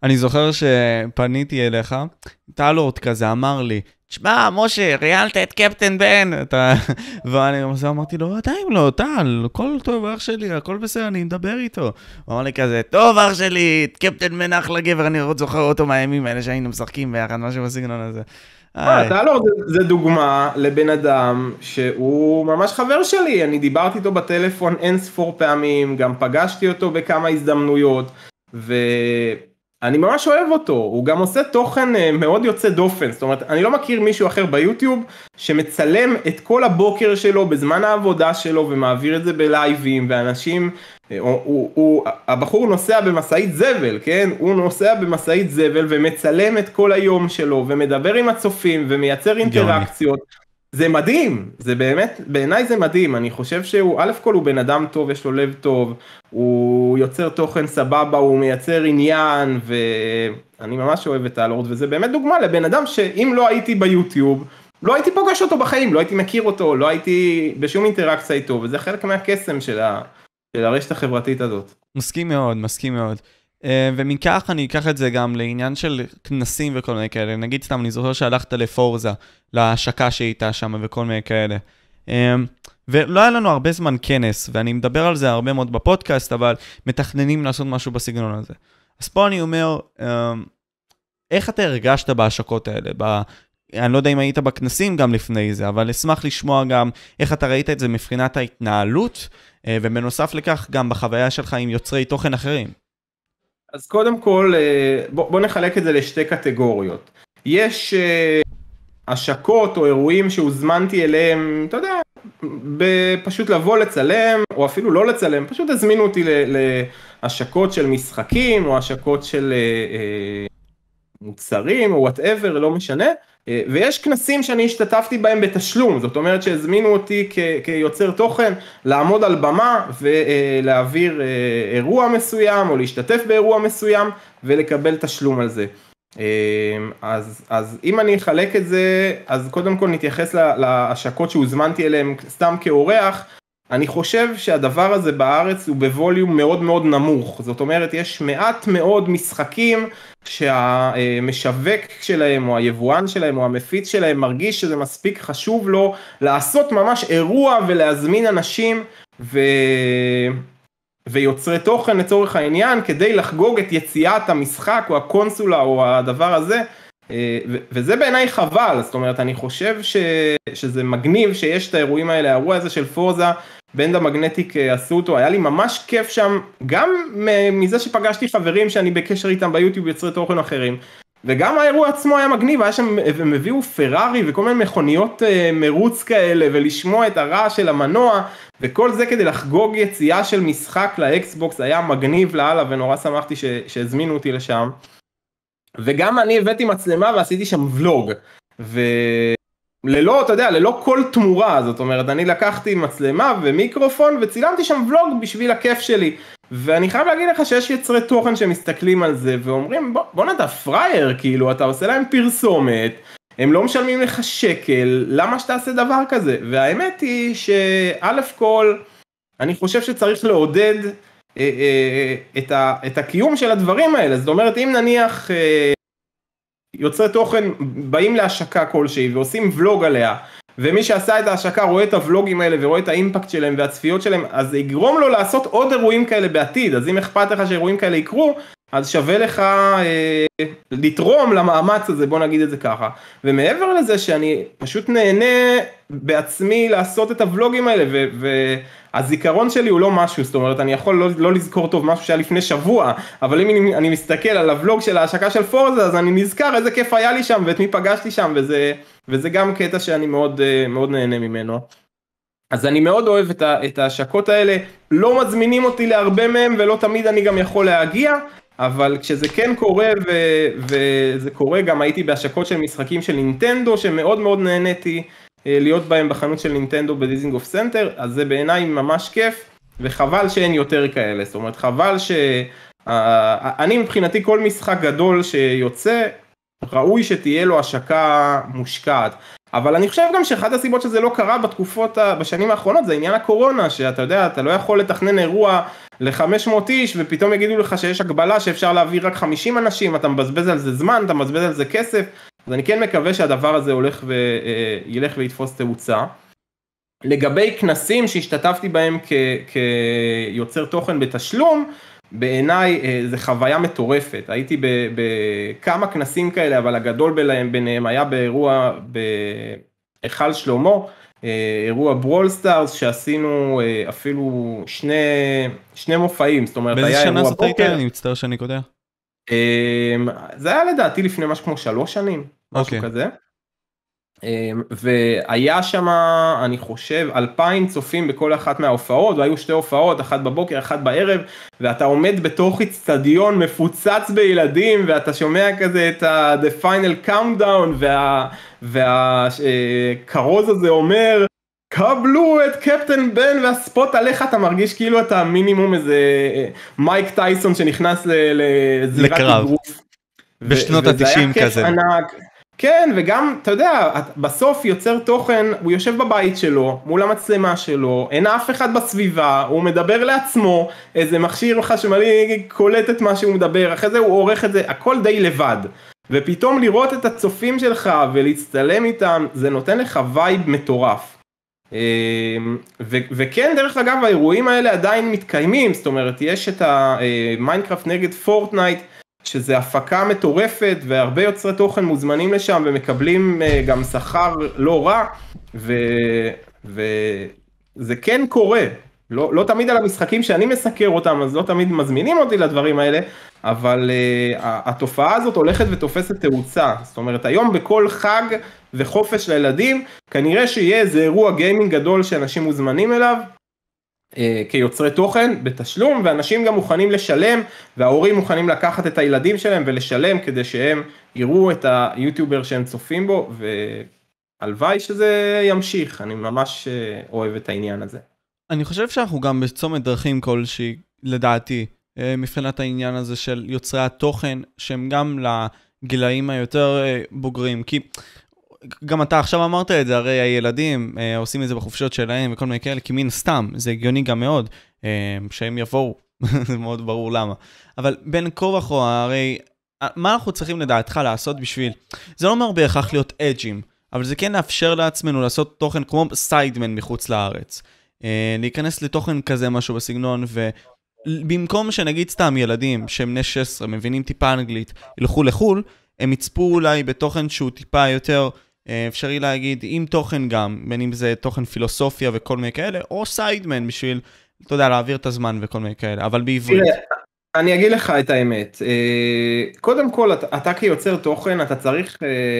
אני זוכר שפניתי אליך, טלורד כזה אמר לי, תשמע, משה, ראיינת את קפטן בן, ואני אמרתי לו, עדיין לא, טל, הכל טוב, אח שלי, הכל בסדר, אני מדבר איתו. הוא אמר לי כזה, טוב, אח שלי, קפטן בן אחלה גבר, אני עוד זוכר אותו מהימים האלה שהיינו משחקים ביחד, משהו בסגנון הזה. טלורד זה דוגמה לבן אדם שהוא ממש חבר שלי, אני דיברתי איתו בטלפון אין ספור פעמים, גם פגשתי אותו בכמה הזדמנויות, ואני ממש אוהב אותו, הוא גם עושה תוכן מאוד יוצא דופן, זאת אומרת, אני לא מכיר מישהו אחר ביוטיוב שמצלם את כל הבוקר שלו בזמן העבודה שלו ומעביר את זה בלייבים, ואנשים, הבחור נוסע במסעית זבל, כן? הוא נוסע במסעית זבל ומצלם את כל היום שלו ומדבר עם הצופים ומייצר אינטראקציות. זה מדהים, זה באמת, בעיניי זה מדהים, אני חושב שהוא, א' כל הוא בן אדם טוב, יש לו לב טוב, הוא יוצר תוכן סבבה, הוא מייצר עניין, ואני ממש אוהב את טלורד, וזה באמת דוגמה לבן אדם שאם לא הייתי ביוטיוב, לא הייתי פוגש אותו בחיים, לא הייתי מכיר אותו, לא הייתי בשום אינטראקציה איתו, וזה חלק מהקסם של הרשת החברתית הזאת. מסכים מאוד, מסכים מאוד. ומכך אני אקח את זה גם לעניין של כנסים וכל מיני כאלה. נגיד סתם, אני זוכר שהלכת לפורזה, להשקה שהייתה שם וכל מיני כאלה. ולא היה לנו הרבה זמן כנס, ואני מדבר על זה הרבה מאוד בפודקאסט, אבל מתכננים לעשות משהו בסגנון הזה. אז פה אני אומר, איך אתה הרגשת בהשקות האלה? אני לא יודע אם היית בכנסים גם לפני זה, אבל אשמח לשמוע גם איך אתה ראית את זה מבחינת ההתנהלות, ובנוסף לכך גם בחוויה שלך עם יוצרי תוכן אחרים. אז קודם כל, בוא נחלק את זה לשתי קטגוריות. יש השקות או אירועים שהוזמנתי אליהם, אתה יודע, פשוט לבוא לצלם, או אפילו לא לצלם, פשוט הזמינו אותי להשקות של משחקים, או השקות של מוצרים, או whatever, לא משנה. ויש כנסים שאני השתתפתי בהם בתשלום, זאת אומרת שהזמינו אותי כיוצר תוכן לעמוד על במה ולהעביר אירוע מסוים או להשתתף באירוע מסוים ולקבל תשלום על זה. אז אם אני אחלק את זה, אז קודם כל נתייחס להשקות שהוזמנתי אליהם סתם כאורח. אני חושב שהדבר הזה בארץ הוא בווליום מאוד מאוד נמוך, זאת אומרת יש מעט מאוד משחקים שהמשווק שלהם או היבואן שלהם או המפיץ שלהם מרגיש שזה מספיק חשוב לו לעשות ממש אירוע ולהזמין אנשים ויוצרי תוכן לצורך העניין כדי לחגוג את יציאת המשחק או הקונסולה או הדבר הזה, וזה בעיניי חבל, זאת אומרת אני חושב שזה מגניב שיש את האירועים האלה, האירוע הזה של פורזה, בנדה מגנטיק עשו אותו, היה לי ממש כיף שם, גם מזה שפגשתי חברים שאני בקשר איתם ביוטיוב יוצרי תוכן אחרים, וגם האירוע עצמו היה מגניב, היה שם, והם הביאו פרארי וכל מיני מכוניות מרוץ כאלה, ולשמוע את הרעש של המנוע, וכל זה כדי לחגוג יציאה של משחק לאקסבוקס, היה מגניב להלאה, ונורא שמחתי שהזמינו אותי לשם. וגם אני הבאתי מצלמה ועשיתי שם ולוג, וללא, אתה יודע, ללא כל תמורה, זאת אומרת, אני לקחתי מצלמה ומיקרופון וצילמתי שם ולוג בשביל הכיף שלי, ואני חייב להגיד לך שיש יצרי תוכן שמסתכלים על זה ואומרים, בוא נדע פרייר, כאילו, אתה עושה להם פרסומת, הם לא משלמים לך שקל, למה שתעשה דבר כזה? והאמת היא שא' כל, אני חושב שצריך לעודד את הקיום של הדברים האלה, זאת אומרת אם נניח יוצרי תוכן באים להשקה כלשהי ועושים ולוג עליה, ומי שעשה את ההשקה רואה את הוולוגים האלה ורואה את האימפקט שלהם והצפיות שלהם, אז זה יגרום לו לעשות עוד אירועים כאלה בעתיד, אז אם אכפת לך שאירועים כאלה יקרו, אז שווה לך לתרום למאמץ הזה, בוא נגיד את זה ככה. ומעבר לזה שאני פשוט נהנה בעצמי לעשות את הוולוגים האלה, והזיכרון שלי הוא לא משהו, זאת אומרת, אני יכול לא לזכור טוב משהו שהיה לפני שבוע, אבל אם אני מסתכל על הוולוג של ההשקה של פורזה, אז אני נזכר איזה כיף היה לי שם, ואת מי פגשתי שם, וזה גם קטע שאני מאוד, מאוד נהנה ממנו. אז אני מאוד אוהב את ההשקות האלה, לא מזמינים אותי להרבה מהם, ולא תמיד אני גם יכול להגיע, אבל כשזה כן קורה, וזה קורה, גם הייתי בהשקות של משחקים של נינטנדו, שמאוד מאוד נהניתי להיות בהם בחנות של נינטנדו בדיזינגוף סנטר, אז זה בעיניי ממש כיף, וחבל שאין יותר כאלה, זאת אומרת, חבל אני מבחינתי כל משחק גדול שיוצא, ראוי שתהיה לו השקה מושקעת, אבל אני חושב גם שאחת הסיבות שזה לא קרה בשנים האחרונות, זה עניין הקורונה, שאתה יודע, אתה לא יכול לתכנן אירוע ל-500 איש, ופתאום יגידו לך שיש הגבלה שאפשר להעביר רק 50 אנשים, אתה מבזבז על זה זמן, אתה מבזבז על זה כסף, אז אני כן מקווה שהדבר הזה ילך ויתפוס תאוצה. לגבי כנסים שהשתתפתי בהם כיוצר תוכן בתשלום, בעיניי זה חוויה מטורפת. הייתי בכמה כנסים כאלה, אבל הגדול ביניהם היה באירוע בהיכל שלמה, אירוע ברול סטארס, שעשינו אפילו שני מופעים, זאת אומרת, באיזה שנה זאת הייתה? אני מצטער שאני קודע. זה היה לדעתי לפני משהו כמו 3 שנים, משהו כזה. והיה שם, אני חושב, 2,000 צופים בכל אחת מההופעות, והיו 2 הופעות, אחת בבוקר, אחת בערב, ואתה עומד בתוך אצטדיון מפוצץ בילדים, ואתה שומע כזה את The Final Countdown, והכרוז הזה אומר, קבלו את קפטן בן, והספוט עליך, אתה מרגיש כאילו אתה מינימום איזה מייק טייסון שנכנס לזירת אגרוף. בשנות ה-90 כזה. כן, וגם, אתה יודע, בסוף יוצר תוכן, הוא יושב בבית שלו, מול המצלמה שלו, אין אף אחד בסביבה, הוא מדבר לעצמו, איזה מכשיר חשמלי קולט את מה שהוא מדבר, אחרי זה הוא עורך את זה, הכל די לבד. ופתאום לראות את הצופים שלך ולהצטלם איתם, זה נותן לך וייב מטורף. וכן, דרך אגב, האירועים האלה עדיין מתקיימים, זאת אומרת, יש את המיינקראפט נגד פורטנייט, שזה הפקה מטורפת, והרבה יוצרי תוכן מוזמנים לשם, ומקבלים גם שכר לא רע, וזה כן קורה. לא תמיד על המשחקים שאני מסקר אותם, אז לא תמיד מזמינים אותי לדברים האלה, אבל התופעה הזאת הולכת ותופסת תאוצה. זאת אומרת, היום בכל חג וחופש לילדים, כנראה שיהיה איזה אירוע גיימינג גדול שאנשים מוזמנים אליו, כיוצרי תוכן בתשלום, ואנשים גם מוכנים לשלם, וההורים מוכנים לקחת את הילדים שלהם ולשלם, כדי שהם יראו את היוטיובר שהם צופים בו, והלוואי שזה ימשיך. אני ממש אוהב את העניין הזה. אני חושב שאנחנו גם בצומת דרכים כלשהי, לדעתי, מבחינת העניין הזה של יוצרי התוכן, שהם גם לגילאים היותר בוגרים, כי גם אתה עכשיו אמרת את זה, הרי הילדים עושים את זה בחופשות שלהם וכל מיני כאלה, כי מן סתם, זה הגיוני גם מאוד, שהם יבואו, זה מאוד ברור למה. אבל בין כה וכה, הרי מה אנחנו צריכים לדעתך לעשות בשביל, זה לא אומר בהכרח להיות אג'ים, אבל זה כן לאפשר לעצמנו לעשות תוכן כמו סיידמן מחוץ לארץ, להיכנס לתוכן כזה משהו בסגנון, ובמקום שנגיד סתם ילדים שהם בני 16, מבינים טיפה אנגלית, ילכו לחול, הם יצפו אולי בתוכן שהוא טיפה יותר, אפשרי להגיד, עם תוכן גם, בין אם זה תוכן פילוסופיה וכל מיני כאלה, או סיידמן בשביל, אתה יודע, להעביר את הזמן וכל מיני כאלה, אבל בעברית. אני אגיד לך את האמת, קודם כל, אתה כיוצר תוכן, אתה צריך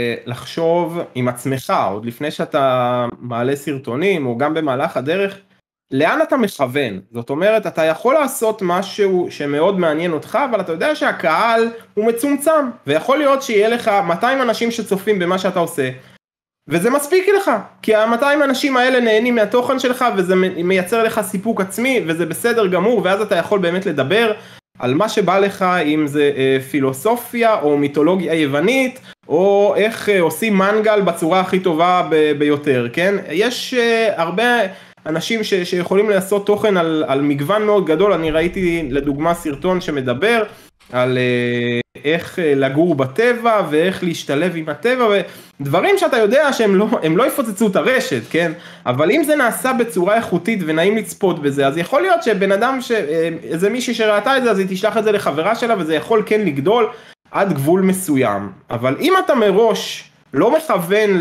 לחשוב עם עצמך, עוד לפני שאתה מעלה סרטונים, או גם במהלך הדרך, לאן אתה מכוון? זאת אומרת, אתה יכול לעשות משהו שמאוד מעניין אותך, אבל אתה יודע שהקהל הוא מצומצם, ויכול להיות שיהיה לך 200 אנשים שצופים במה שאתה עושה, וזה מספיק לך, כי ה-200 אנשים האלה נהנים מהתוכן שלך, וזה מייצר לך סיפוק עצמי, וזה בסדר גמור, ואז אתה יכול באמת לדבר על מה שבא לך, אם זה פילוסופיה, או מיתולוגיה יוונית, או איך עושים מנגל בצורה הכי טובה ביותר, כן? יש הרבה אנשים שיכולים לעשות תוכן על מגוון מאוד גדול. אני ראיתי לדוגמה סרטון שמדבר על איך לגור בטבע ואיך להשתלב עם הטבע, ודברים שאתה יודע שהם לא יפוצצו את הרשת, כן? אבל אם זה נעשה בצורה איכותית ונעים לצפות בזה, אז יכול להיות שבן אדם, איזה מישהי שראתה את זה, אז היא תשלח את זה לחברה שלה, וזה יכול כן לגדול עד גבול מסוים. אבל אם אתה מראש לא מכוון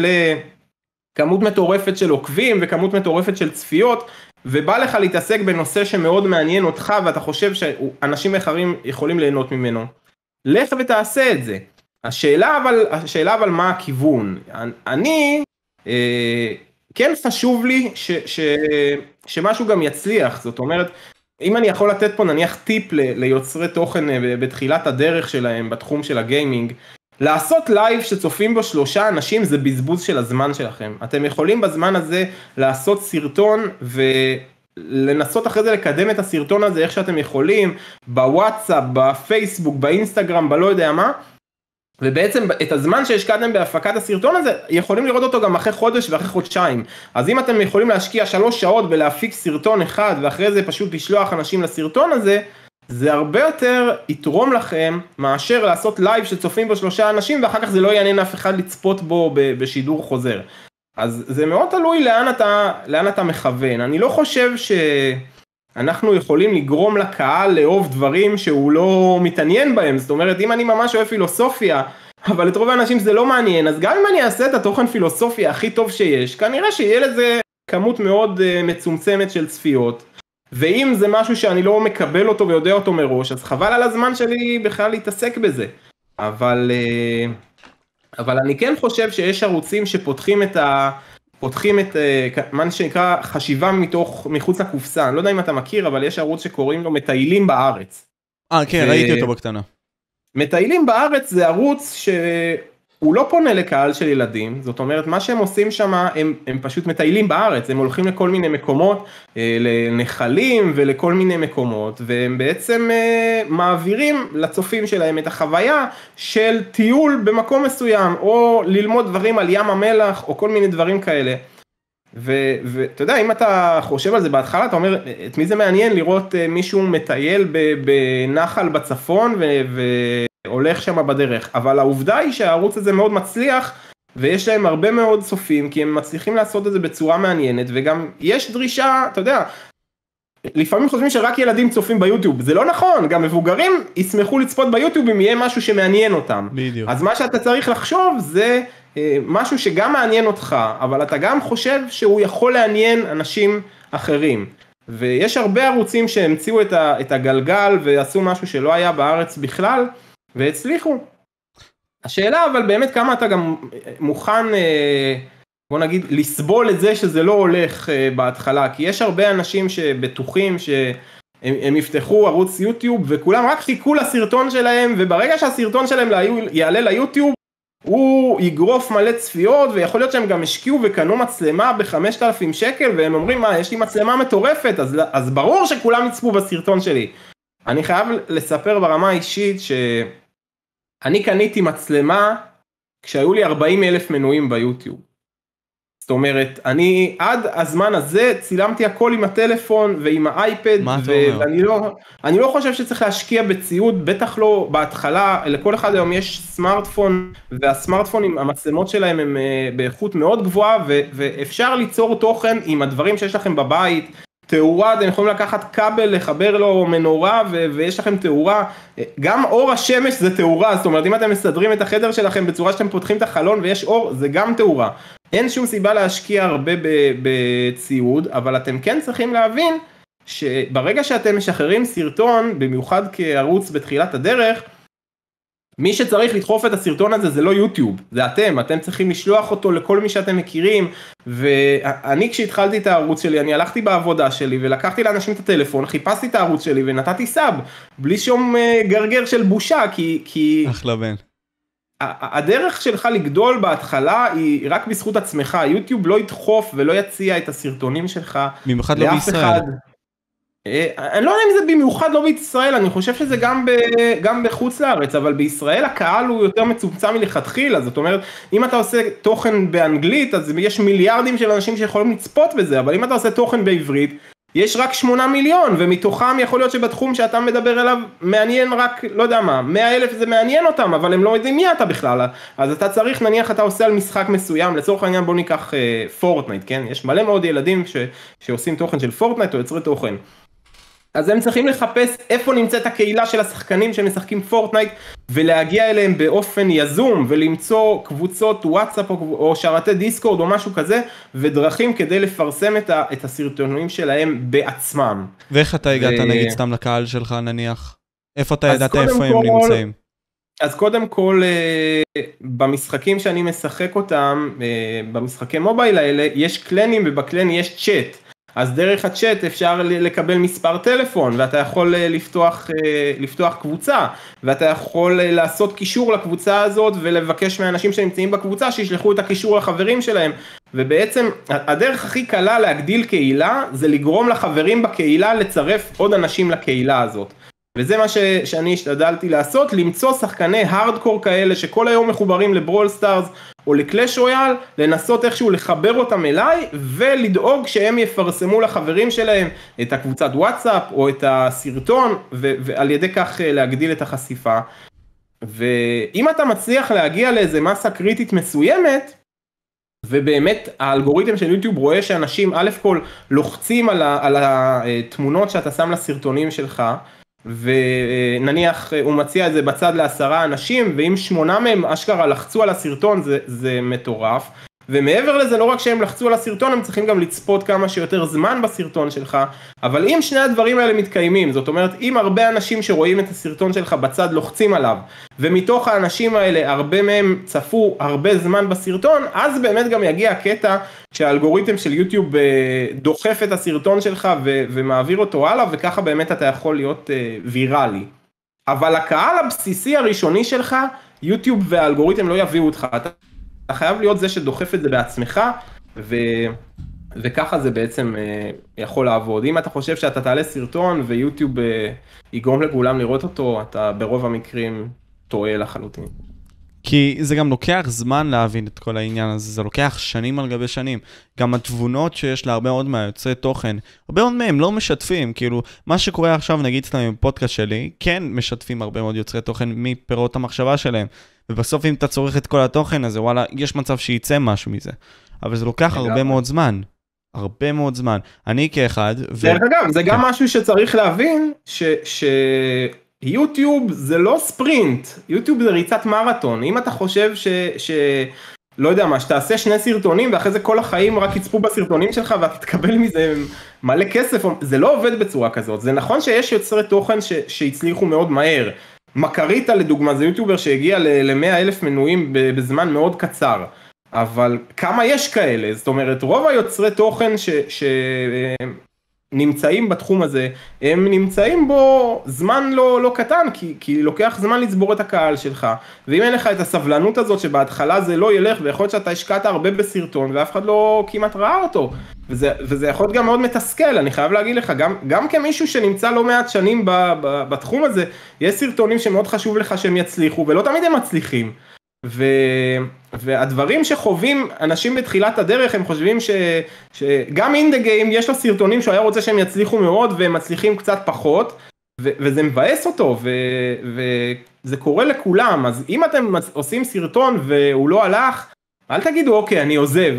כמות מטורפת של עוקבים וכמות מטורפת של צפיות, ובא לך להתעסק בנושא שמאוד מעניין אותך, ואתה חושב שאנשים אחרים יכולים ליהנות ממנו, לך ותעשה את זה. השאלה אבל מה הכיוון? אני, כן חשוב לי שמשהו גם יצליח, זאת אומרת, אם אני יכול לתת פה נניח טיפ ליוצרי תוכן בתחילת הדרך שלהם בתחום של הגיימינג, לעשות לייב שצופים בו 3 אנשים זה בזבוז של הזמן שלכם. אתם יכולים בזמן הזה לעשות סרטון ולנסות אחרי זה לקדם את הסרטון הזה איך שאתם יכולים, בוואטסאפ, בפייסבוק, באינסטגרם, בלא יודע מה, ובעצם את הזמן שהשקעתם בהפקת הסרטון הזה, יכולים לראות אותו גם אחרי חודש ואחרי חודשיים. אז אם אתם יכולים להשקיע 3 שעות בלהפיק סרטון אחד, ואחרי זה פשוט לשלוח אנשים לסרטון הזה, זה הרבה יותר יתרום לכם, מאשר לעשות לייב שצופים בו 3 אנשים, ואחר כך זה לא יעניין אף אחד לצפות בו בשידור חוזר. אז זה מאוד תלוי לאן אתה מכוון. אני לא חושב שאנחנו יכולים לגרום לקהל לאהוב דברים שהוא לא מתעניין בהם. זאת אומרת, אם אני ממש אוהב פילוסופיה, אבל את רוב האנשים זה לא מעניין, אז גם אם אני אעשה את התוכן פילוסופיה הכי טוב שיש, כנראה שיהיה לזה כמות מאוד מצומצמת של צפיות. ואם זה משהו שאני לא מקבל אותו ויודע אותו מראש, אז חבל על הזמן שלי בכלל להתעסק בזה. אבל אני כן חושב שיש ערוצים שפותחים את מה שנקרא חשיבה מחוץ לקופסה. אני לא יודע אם אתה מכיר, אבל יש ערוץ שקוראים לו מטיילים בארץ. כן, ראיתי אותו בקטנה. מטיילים בארץ זה ערוץ שהוא לא פונה לקהל של ילדים, זאת אומרת, מה שהם עושים שם, הם פשוט מטיילים בארץ, הם הולכים לכל מיני מקומות, לנחלים ולכל מיני מקומות, והם בעצם מעבירים לצופים שלהם את החוויה של טיול במקום מסוים, או ללמוד דברים על ים המלח, או כל מיני דברים כאלה. ואתה יודע, אם אתה חושב על זה בהתחלה, אתה אומר, את מי זה מעניין לראות מישהו מטייל בנחל בצפון והולך שם בדרך, אבל העובדה היא שהערוץ הזה מאוד מצליח, ויש להם הרבה מאוד צופים, כי הם מצליחים לעשות את זה בצורה מעניינת, וגם יש דרישה, אתה יודע, לפעמים חושבים שרק ילדים צופים ביוטיוב, זה לא נכון, גם מבוגרים ישמחו לצפות ביוטיוב אם יהיה משהו שמעניין אותם. בדיוק. אז מה שאתה צריך לחשוב זה משהו שגם מעניין אותך, אבל אתה גם חושב שהוא יכול לעניין אנשים אחרים. ויש הרבה ערוצים שהמציאו את הגלגל ועשו משהו שלא היה בארץ בכלל, והצליחו. השאלה אבל באמת כמה אתה גם מוכן, בוא נגיד, לסבול את זה שזה לא הולך בהתחלה, כי יש הרבה אנשים שבטוחים שהם יפתחו ערוץ יוטיוב, וכולם רק חיכו לסרטון שלהם, וברגע שהסרטון שלהם יעלה ליוטיוב, הוא יגרוף מלא צפיות, ויכול להיות שהם גם השקיעו וקנו מצלמה ב5,000 שקל, והם אומרים, מה, יש לי מצלמה מטורפת, אז ברור שכולם יצפו בסרטון שלי. אני חייב לספר ברמה האישית שאני קניתי מצלמה כשהיו לי 40,000 מנויים ביוטיוב. זאת אומרת, אני עד הזמן הזה צילמתי הכל עם הטלפון ועם האייפד, ואני לא חושב שצריך להשקיע בציוד, בטח לא בהתחלה, לכל אחד היום יש סמארטפון, והסמארטפונים, המצלמות שלהם הם באיכות מאוד גבוהה, ואפשר ליצור תוכן עם הדברים שיש לכם בבית, תאורה, אתם יכולים לקחת כבל, לחבר לו מנורה, ויש לכם תאורה, גם אור השמש זה תאורה, זאת אומרת, אם אתם מסדרים את החדר שלכם בצורה שאתם פותחים את החלון ויש אור, זה גם תאורה. אין שום סיבה להשקיע הרבה בציוד, אבל אתם כן צריכים להבין, שברגע שאתם משחררים סרטון, במיוחד כערוץ בתחילת הדרך, מי שצריך לדחוף את הסרטון הזה זה לא יוטיוב, זה אתם צריכים לשלוח אותו לכל מי שאתם מכירים, ואני כשהתחלתי את הערוץ שלי, אני הלכתי בעבודה שלי, ולקחתי לאנשים את הטלפון, חיפשתי את הערוץ שלי, ונתתי סאב, בלי שום גרגר של בושה, כי אחלה בן. הדרך שלך לגדול בהתחלה, היא רק בזכות עצמך, יוטיוב לא ידחוף ולא יציע את הסרטונים שלך, במיוחד לא בישראל. אני לא יודע אם זה במיוחד לא בישראל, אני חושב שזה גם בחוץ לארץ, אבל בישראל הקהל הוא יותר מצומצם מלכתחילה, זאת אומרת, אם אתה עושה תוכן באנגלית, אז יש מיליארדים של אנשים שיכולים לצפות בזה, אבל אם אתה עושה תוכן בעברית, יש רק 8 מיליון, ומתוכם יכול להיות שבתחום שאתה מדבר אליו, מעניין רק, לא יודע מה, 100,000 זה מעניין אותם, אבל הם לא יודעים מי אתה בכלל, אז אתה צריך, נניח אתה עושה על משחק מסוים, לצורך העניין בוא ניקח פורטנייט, כן? יש מלא מאוד ילדים שעושים תוכן של פורטנייט או יוצרי תוכן. אז הם צריכים לחפש איפה נמצאת הקהילה של השחקנים שמשחקים פורטנייט, ולהגיע אליהם באופן יזום, ולמצוא קבוצות וואטסאפ או שרתי דיסקורד או משהו כזה, ודרכים כדי לפרסם את הסרטונים שלהם בעצמם. ואיך אתה הגעת נגיד סתם לקהל שלך נניח? איפה אתה ידעת איפה הם נמצאים? אז קודם כל, במשחקים שאני משחק אותם, במשחקי מובייל האלה, יש קלנים ובקלן יש צ'אט. אז דרך הצ'אט אפשר לקבל מספר טלפון, ואתה יכול לפתוח קבוצה, ואתה יכול לעשות קישור לקבוצה הזאת, ולבקש מהאנשים שנמצאים בקבוצה, שישלחו את הקישור לחברים שלהם, ובעצם הדרך הכי קלה להגדיל קהילה, זה לגרום לחברים בקהילה לצרף עוד אנשים לקהילה הזאת. וזה מה שאני השתדלתי לעשות, למצוא שחקני הארדקור כאלה שכל היום מחוברים לברול סטארס או לקלאש רויאל, לנסות איכשהו לחבר אותם אליי, ולדאוג שהם יפרסמו לחברים שלהם את הקבוצת וואטסאפ או את הסרטון, ועל ידי כך להגדיל את החשיפה. ואם אתה מצליח להגיע לאיזה מסה קריטית מסוימת, ובאמת האלגוריתם של יוטיוב רואה שאנשים א' כל לוחצים על התמונות שאתה שם לסרטונים שלך, ונניח הוא מציע את זה בצד ל10 אנשים, ואם 8 מהם אשכרה לחצו על הסרטון, זה מטורף. ומעבר לזה, לא רק שהם לחצו על הסרטון, הם צריכים גם לצפות כמה שיותר זמן בסרטון שלך, אבל אם שני הדברים האלה מתקיימים, זאת אומרת, אם הרבה אנשים שרואים את הסרטון שלך בצד לוחצים עליו, ומתוך האנשים האלה, הרבה מהם צפו הרבה זמן בסרטון, אז באמת גם יגיע הקטע שהאלגוריתם של יוטיוב דוחף את הסרטון שלך ומעביר אותו הלאה, וככה באמת אתה יכול להיות ויראלי. אבל הקהל הבסיסי הראשוני שלך, יוטיוב והאלגוריתם לא יביאו אותך, אתה חייב להיות זה שדוחף את זה בעצמך, וככה זה בעצם יכול לעבוד. אם אתה חושב שאתה תעלה סרטון ויוטיוב יגרום לכולם לראות אותו, אתה ברוב המקרים טועה לחלוטין. כי זה גם לוקח זמן להבין את כל העניין הזה, זה לוקח שנים על גבי שנים. גם התבונות שיש להרבה מאוד מהיוצרי תוכן, הרבה מאוד מהם לא משתפים, כאילו, מה שקורה עכשיו, נגיד סתם עם פודקאסט שלי, כן משתפים הרבה מאוד יוצרי תוכן מפירות המחשבה שלהם, ובסוף אם אתה צורך את כל התוכן הזה, וואלה, יש מצב שיצא משהו מזה. אבל זה לוקח הרבה מאוד זמן. הרבה מאוד זמן. אני כאחד... דרך אגב, זה גם משהו שצריך להבין, יוטיוב זה לא ספרינט, יוטיוב זה ריצת מרתון. אם אתה חושב לא יודע מה, שתעשה 2 סרטונים ואחרי זה כל החיים רק יצפו בסרטונים שלך ואתה תקבל מזה מלא כסף, זה לא עובד בצורה כזאת. זה נכון שיש יוצרי תוכן שהצליחו מאוד מהר. מקריטה לדוגמה, זה יוטיובר שהגיע ל100,000 מנויים בזמן מאוד קצר. אבל כמה יש כאלה? זאת אומרת, רוב היוצרי תוכן נמצאים בתחום הזה, הם נמצאים בו זמן לא קטן, כי לוקח זמן לצבור את הקהל שלך, ואם אין לך את הסבלנות הזאת שבהתחלה זה לא ילך, ויכול להיות שאתה השקעת הרבה בסרטון, ואף אחד לא כמעט ראה אותו, וזה יכול להיות גם מאוד מתסכל, אני חייב להגיד לך, גם כמישהו שנמצא לא מעט שנים בתחום הזה, יש סרטונים שמאוד חשוב לך שהם יצליחו, ולא תמיד הם מצליחים, והדברים שחווים אנשים בתחילת הדרך, הם חושבים שגם אין דה גיים יש לו סרטונים שהוא היה רוצה שהם יצליחו מאוד, והם מצליחים קצת פחות, וזה מבאס אותו, וזה קורה לכולם. אז אם אתם עושים סרטון והוא לא הלך, אל תגידו אוקיי, אני עוזב,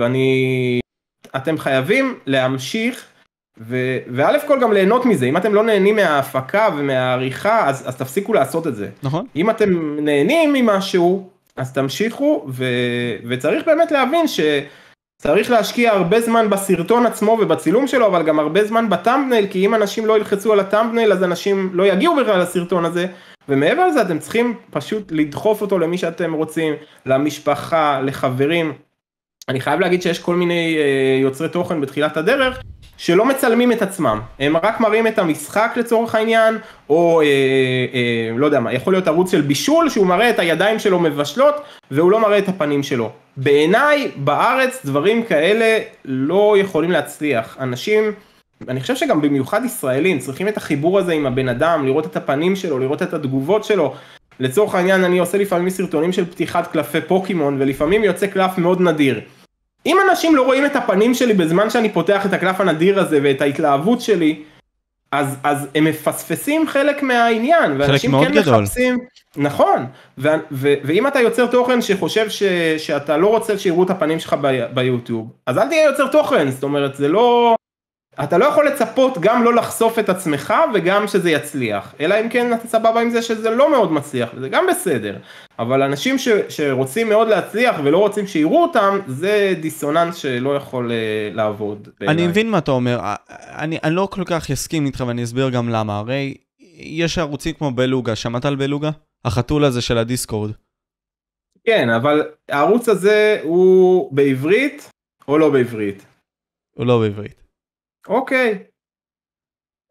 אתם חייבים להמשיך, וא' כל גם ליהנות מזה. אם אתם לא נהנים מההפקה ומהעריכה, אז תפסיקו לעשות את זה. נכון. אם אתם נהנים ממשהו, אז תמשיכו, וצריך באמת להבין שצריך להשקיע הרבה זמן בסרטון עצמו ובצילום שלו, אבל גם הרבה זמן בטמבנייל, כי אם אנשים לא ילחצו על הטמבנייל, אז אנשים לא יגיעו בכלל לסרטון הזה, ומעבר לזה אתם צריכים פשוט לדחוף אותו למי שאתם רוצים, למשפחה, לחברים. אני חייב להגיד שיש כל מיני יוצרי תוכן בתחילת הדרך, שלא מצלמים את עצמם, הם רק מראים את המשחק לצורך העניין, או לא יודע מה, יכול להיות ערוץ של בישול, שהוא מראה את הידיים שלו מבשלות, והוא לא מראה את הפנים שלו. בעיניי, בארץ, דברים כאלה לא יכולים להצליח. אנשים, אני חושב שגם במיוחד ישראלים, צריכים את החיבור הזה עם הבן אדם, לראות את הפנים שלו, לראות את התגובות שלו. לצורך העניין, אני עושה לפעמים סרטונים של פתיחת קלפי פוקימון, ולפעמים יוצא קלף מאוד נדיר. אם אנשים לא רואים את הפנים שלי בזמן שאני פותח את הקלף הנדיר הזה ואת ההתלהבות שלי, אז הם מפספסים חלק מהעניין. חלק מאוד גדול. מחפשים, נכון, ואם אתה יוצר תוכן שחושב שאתה לא רוצה שיראו את הפנים שלך ביוטיוב, אז אל תהיה יוצר תוכן, זאת אומרת, זה לא, אתה לא יכול לצפות גם לא לחשוף את עצמך וגם שזה יצליח, אלא אם כן אתה סבבה עם זה שזה לא מאוד מצליח, וזה גם בסדר. אבל אנשים שרוצים מאוד להצליח ולא רוצים שיראו אותם, זה דיסוננס שלא יכול לעבוד. אני מבין מה אתה אומר, אני לא כל כך יסכים איתך ואני אסביר גם למה, הרי יש ערוצים כמו בלוגה, שמעת על בלוגה? החתול הזה של הדיסקורד. כן, אבל הערוץ הזה הוא בעברית או לא בעברית? הוא לא בעברית. אוקיי.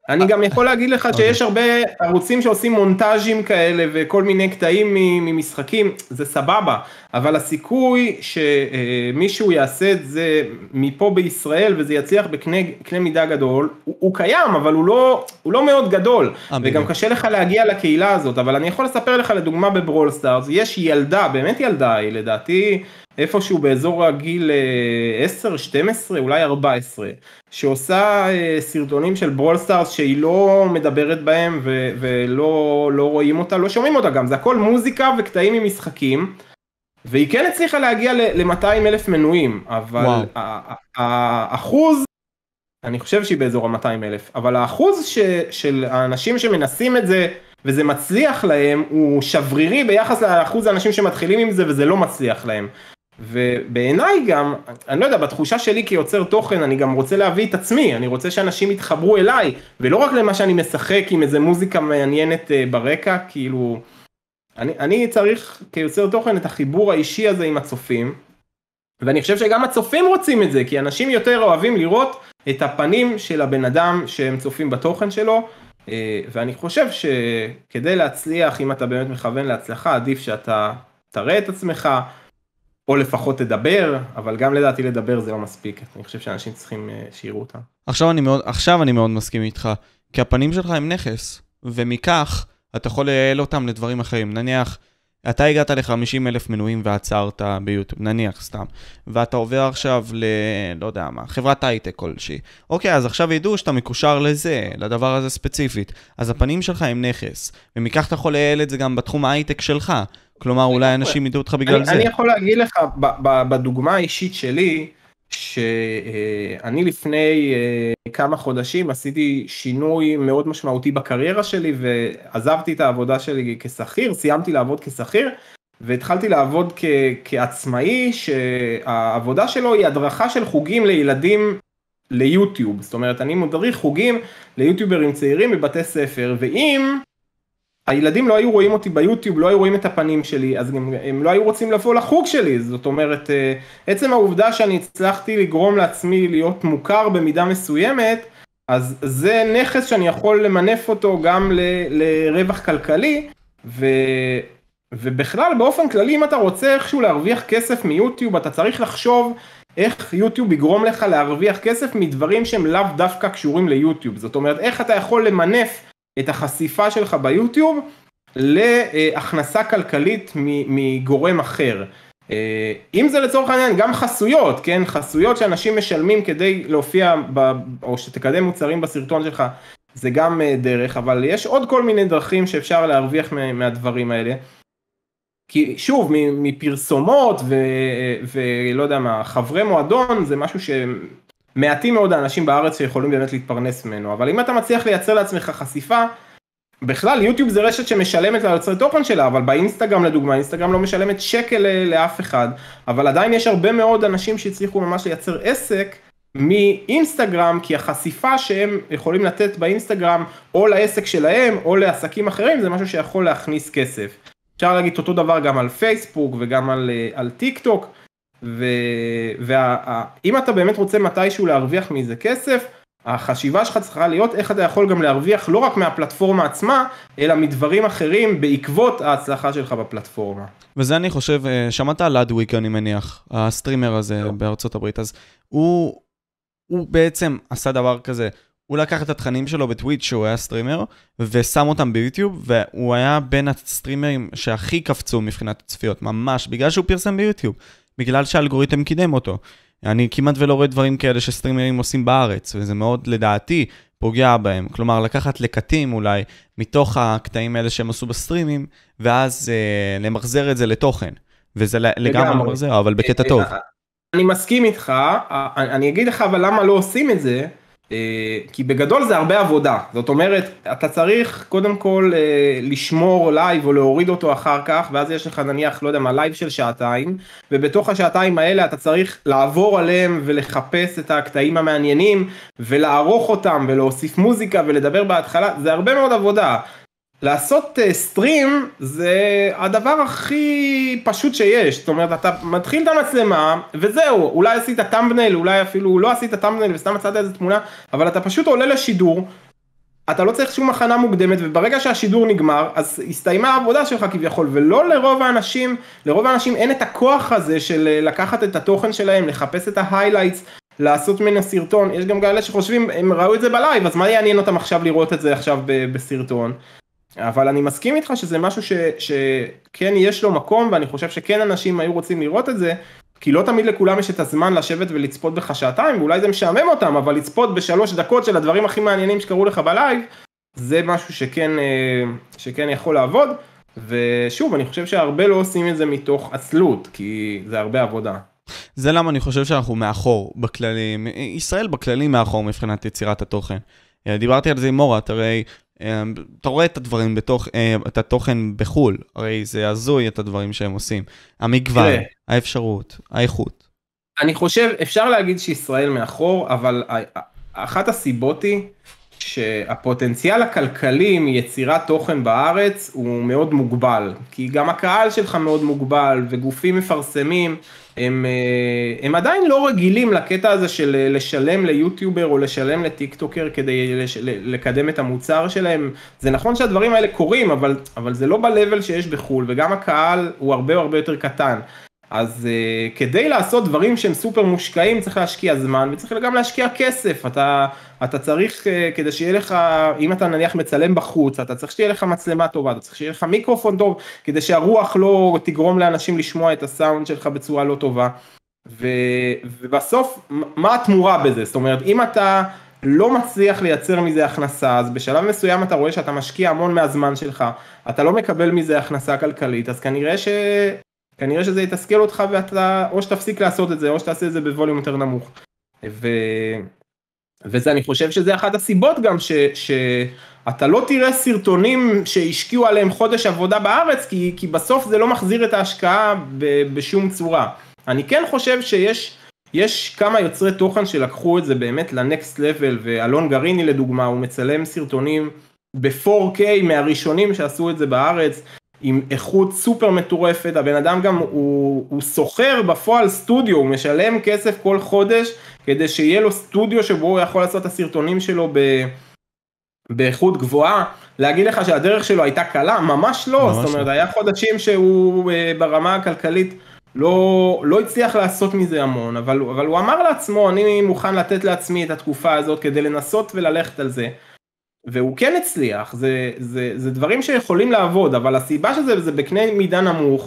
אני גם יכול להגיד לך שיש הרבה ערוצים שעושים מונטאז'ים כאלה וכל מיני קטעים ממשחקים, זה סבבה, אבל הסיכוי שמישהו יעשה את זה מפה בישראל וזה יצליח בקנה מידה גדול, הוא קיים, אבל הוא לא מאוד גדול, וגם קשה לך להגיע לקהילה הזאת, אבל אני יכול לספר לך לדוגמה בברול סטארס, יש ילדה, באמת ילדה, היא לדעתי איפשהו באזור הגיל 10, 12, אולי 14, שעושה סרטונים של ברול סטארס שהיא לא מדברת בהם ולא רואים אותה, לא שומעים אותה גם, זה הכל מוזיקה וקטעים ממשחקים, והיא כן הצליחה להגיע ל-200,000 מנויים, אבל האחוז, אני חושב שהיא באזור ה-200,000, אבל האחוז של האנשים שמנסים את זה, וזה מצליח להם, הוא שברירי ביחס לאחוז האנשים שמתחילים עם זה, וזה לא מצליח להם. ובעיניי גם, אני לא יודע, בתחושה שלי כיוצר תוכן, אני גם רוצה להביא את עצמי, אני רוצה שאנשים יתחברו אליי, ולא רק למה שאני משחק עם איזה מוזיקה מעניינת ברקע, כאילו, אני צריך כיוצר תוכן את החיבור האישי הזה עם הצופים, ואני חושב שגם הצופים רוצים את זה, כי אנשים יותר אוהבים לראות את הפנים של הבן אדם שהם צופים בתוכן שלו, ואני חושב שכדי להצליח, אם אתה באמת מכוון להצלחה, עדיף שאתה תראה את עצמך, או לפחות תדבר, אבל גם לדעתי לדבר זה לא מספיק, אני חושב שאנשים צריכים שיראו אותם. עכשיו אני מאוד מסכים איתך, כי הפנים שלך הם נכס, ומכך אתה יכול לייעל אותם לדברים אחרים. נניח, אתה הגעת ל-50,000 מנויים ועצרת ביוטיוב, נניח סתם, ואתה עובר עכשיו לא יודע מה, חברת הייטק כלשהי. אוקיי, אז עכשיו ידעו שאתה מקושר לזה, לדבר הזה ספציפית. אז הפנים שלך הם נכס, ומכך אתה יכול לייעל את זה גם בתחום ההייטק שלך. כלומר, אולי אנשים ידעו אותך בגלל זה. אני יכול להגיד לך, בדוגמה האישית שלי, שאני לפני כמה חודשים עשיתי שינוי מאוד משמעותי בקריירה שלי, ועזבתי את העבודה שלי כשכיר, סיימתי לעבוד כשכיר, והתחלתי לעבוד כעצמאי, שהעבודה שלו היא הדרכה של חוגים לילדים ליוטיוב. זאת אומרת, אני מדריך חוגים ליוטיוברים צעירים בבתי ספר, ואם הילדים לא היו רואים אותי ביוטיוב, לא היו רואים את הפנים שלי, אז הם לא היו רוצים לבוא לחוג שלי. זאת אומרת, עצם העובדה שאני הצלחתי לגרום לעצמי להיות מוכר במידה מסוימת, אז זה נכס שאני יכול למנף אותו גם לרווח כלכלי, ובכלל באופן כללי, אם אתה רוצה איכשהו להרוויח כסף מיוטיוב, אתה צריך לחשוב איך יוטיוב יגרום לך להרוויח כסף מדברים שהם לאו דווקא קשורים ליוטיוב. זאת אומרת, איך אתה יכול למנף את החשיפה שלך ביוטיוב להכנסה כלכלית מגורם אחר. אם זה לצורך העניין גם חסויות, כן? חסויות שאנשים משלמים כדי להופיע או שתקדם מוצרים בסרטון שלך, זה גם דרך, אבל יש עוד כל מיני דרכים שאפשר להרוויח מהדברים האלה. כי שוב, מפרסומות ולא יודע מה, חברי מועדון זה משהו מעטים מאוד האנשים בארץ שיכולים באמת להתפרנס ממנו, אבל אם אתה מצליח לייצר לעצמך חשיפה, בכלל יוטיוב זה רשת שמשלמת ליוצרי תוכן שלה, אבל באינסטגרם לדוגמה, אינסטגרם לא משלמת שקל לאף אחד, אבל עדיין יש הרבה מאוד אנשים שהצליחו ממש לייצר עסק מאינסטגרם, כי החשיפה שהם יכולים לתת באינסטגרם, או לעסק שלהם, או לעסקים אחרים, זה משהו שיכול להכניס כסף. אפשר להגיד אותו דבר גם על פייסבוק וגם על טיק טוק, ואם אתה באמת רוצה מתישהו להרוויח מזה כסף, החשיבה שלך צריכה להיות איך אתה יכול גם להרוויח לא רק מהפלטפורמה עצמה, אלא מדברים אחרים בעקבות ההצלחה שלך בפלטפורמה. וזה אני חושב, שמעת על לדוויק אני מניח, הסטרימר הזה בארצות הברית, אז הוא בעצם עשה דבר כזה, הוא לקח את התכנים שלו בטוויץ' שהוא היה סטרימר, ושם אותם ביוטיוב, והוא היה בין הסטרימרים שהכי קפצו מבחינת הצפיות, ממש, בגלל שהוא פרסם ביוטיוב. בגלל שהאלגוריתם קידם אותו. אני כמעט ולא רואה דברים כאלה שסטרימרים עושים בארץ, וזה מאוד לדעתי פוגע בהם. כלומר, לקחת לקטים אולי מתוך הקטעים האלה שהם עשו בסטרימים, ואז למחזר את זה לתוכן. וזה לגמרי למחזר, אבל בקטע טוב. אני מסכים איתך, אני אגיד לך אבל למה לא עושים את זה, כי בגדול זה הרבה עבודה. זאת אומרת, אתה צריך קודם כל לשמור לייב או להוריד אותו אחר כך, ואז יש לך נניח, לא יודע מה, לייב של שעתיים, ובתוך השעתיים האלה אתה צריך לעבור עליהם ולחפש את הקטעים המעניינים, ולערוך אותם ולהוסיף מוזיקה ולדבר בהתחלה, זה הרבה מאוד עבודה. לעשות סטרים זה הדבר הכי פשוט שיש, זאת אומרת, אתה מתחיל את המצלמה, וזהו, אולי עשית טאמבנייל, אולי אפילו לא עשית טאמבנייל, וסתם מצאת איזה תמונה, אבל אתה פשוט עולה לשידור, אתה לא צריך שום הכנה מוקדמת, וברגע שהשידור נגמר, אז הסתיימה העבודה שלך כביכול, ולא לרוב האנשים אין את הכוח הזה של לקחת את התוכן שלהם, לחפש את ההיילייטס, לעשות ממנו סרטון. יש גם כאלה שחושבים, הם ראו את זה בלייב, אז מה יעניין אותם עכשיו לראות את זה עכשיו בסרטון? אבל אני מסכים איתך שזה משהו שכן יש לו מקום, ואני חושב שכן אנשים היו רוצים לראות את זה, כי לא תמיד לכולם יש את הזמן לשבת ולצפות בך שעתיים, ואולי זה משעמם אותם, אבל לצפות ב3 דקות של הדברים הכי מעניינים שקרו לך בלייב, זה משהו שכן יכול לעבוד, ושוב, אני חושב שהרבה לא עושים את זה מתוך עצלות, כי זה הרבה עבודה. זה למה אני חושב שאנחנו מאחור בכללים, ישראל בכללים מאחור מבחינת יצירת התוכן. דיברתי על זה עם מורה, אתה רואה את הדברים את התוכן בחול, הרי זה הזוי את הדברים שהם עושים. המגוון, האפשרות, האיכות. אני חושב, אפשר להגיד שישראל מאחור, אבל אחת הסיבות היא שהפוטנציאל הכלכלי מיצירת תוכן בארץ הוא מאוד מוגבל, כי גם הקהל שלך מאוד מוגבל, וגופים מפרסמים, הם עדיין לא רגילים לקטע הזה של לשלם ליוטיובר או לשלם לטיקטוקר כדי לקדם את המוצר שלהם. זה נכון שהדברים האלה קורים, אבל זה לא בלבל שיש בחול, וגם הקהל הוא הרבה הרבה יותר קטן. אז כדי לעשות דברים שהם סופר מושקעים, צריך להשקיע זמן, וצריך גם להשקיע כסף. אתה צריך, כדי שיהיה לך, אם אתה נניח מצלם בחוץ, אתה צריך שתהיה לך מצלמה טובה, אתה צריך שיהיה לך מיקרופון טוב, כדי שהרוח לא תגרום לאנשים לשמוע את הסאונד שלך בצורה לא טובה. ובסוף, מה התמורה בזה? זאת אומרת, אם אתה לא מצליח לייצר מזה הכנסה, אז בשלב מסוים אתה רואה שאתה משקיע המון מהזמן שלך, אתה לא מקבל מזה הכנסה כלכלית, אז כנראה שזה יתסכל אותך, ואתה או שתפסיק לעשות את זה, או שתעשה את זה בווליום יותר נמוך. וזה, אני חושב שזה אחת הסיבות גם, שאתה לא תראה סרטונים שהשקיעו עליהם חודש עבודה בארץ, כי בסוף זה לא מחזיר את ההשקעה בשום צורה. אני כן חושב שיש כמה יוצרי תוכן שלקחו את זה באמת לנקסט לבל, ואלון גריני לדוגמה, הוא מצלם סרטונים ב-4K מהראשונים שעשו את זה בארץ, עם איכות סופר מטורפת. הבן אדם גם הוא סוחר בפועל סטודיו, הוא משלם כסף כל חודש, כדי שיהיה לו סטודיו שבו הוא יכול לעשות את הסרטונים שלו באיכות גבוהה. להגיד לך שהדרך שלו הייתה קלה? ממש לא, זאת אומרת, היה חודשים שהוא ברמה הכלכלית לא הצליח לעשות מזה המון, אבל הוא אמר לעצמו, אני מוכן לתת לעצמי את התקופה הזאת כדי לנסות וללכת על זה. והוא כן הצליח, זה דברים שיכולים לעבוד, אבל הסיבה שזה בקנה מידה נמוך,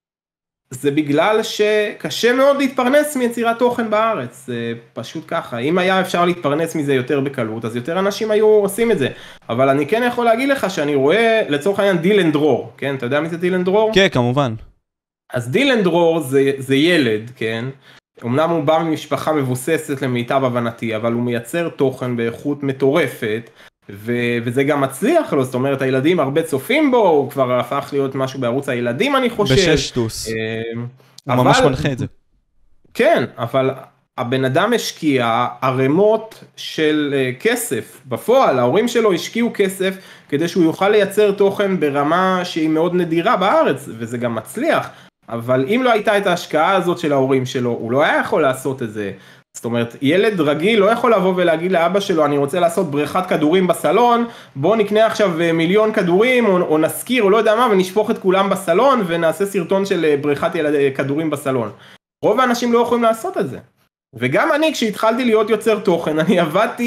זה בגלל שקשה מאוד להתפרנס מיצירת תוכן בארץ, זה פשוט ככה. אם היה אפשר להתפרנס מזה יותר בקלות, אז יותר אנשים היו עושים את זה. אבל אני כן יכול להגיד לך שאני רואה, לצורך העניין, דילן דרור, כן? אתה יודע מי זה דילן דרור? כן, כמובן. אז דילן דרור זה ילד, כן? אמנם הוא בא ממשפחה מבוססת למיטב הבנתי, אבל הוא מייצר תוכן באיכות מטורפת, וזה גם מצליח לו, זאת אומרת, הילדים הרבה צופים בו, הוא כבר הפך להיות משהו בערוץ הילדים, אני חושב. בששטוס. הוא ממש מנחה את זה. כן, אבל הבן אדם השקיע ערימות של כסף. בפועל, ההורים שלו השקיעו כסף, כדי שהוא יוכל לייצר תוכן ברמה שהיא מאוד נדירה בארץ, וזה גם מצליח. אבל אם לא הייתה את ההשקעה הזאת של ההורים שלו, הוא לא היה יכול לעשות את זה. זאת אומרת, ילד רגיל לא יכול לבוא ולהגיד לאבא שלו, אני רוצה לעשות בריכת כדורים בסלון, בוא נקנה עכשיו 1,000,000 כדורים, או נזכיר, או לא יודע מה, ונשפוך את כולם בסלון, ונעשה סרטון של בריכת כדורים בסלון. רוב האנשים לא יכולים לעשות את זה. וגם אני, כשהתחלתי להיות יוצר תוכן, אני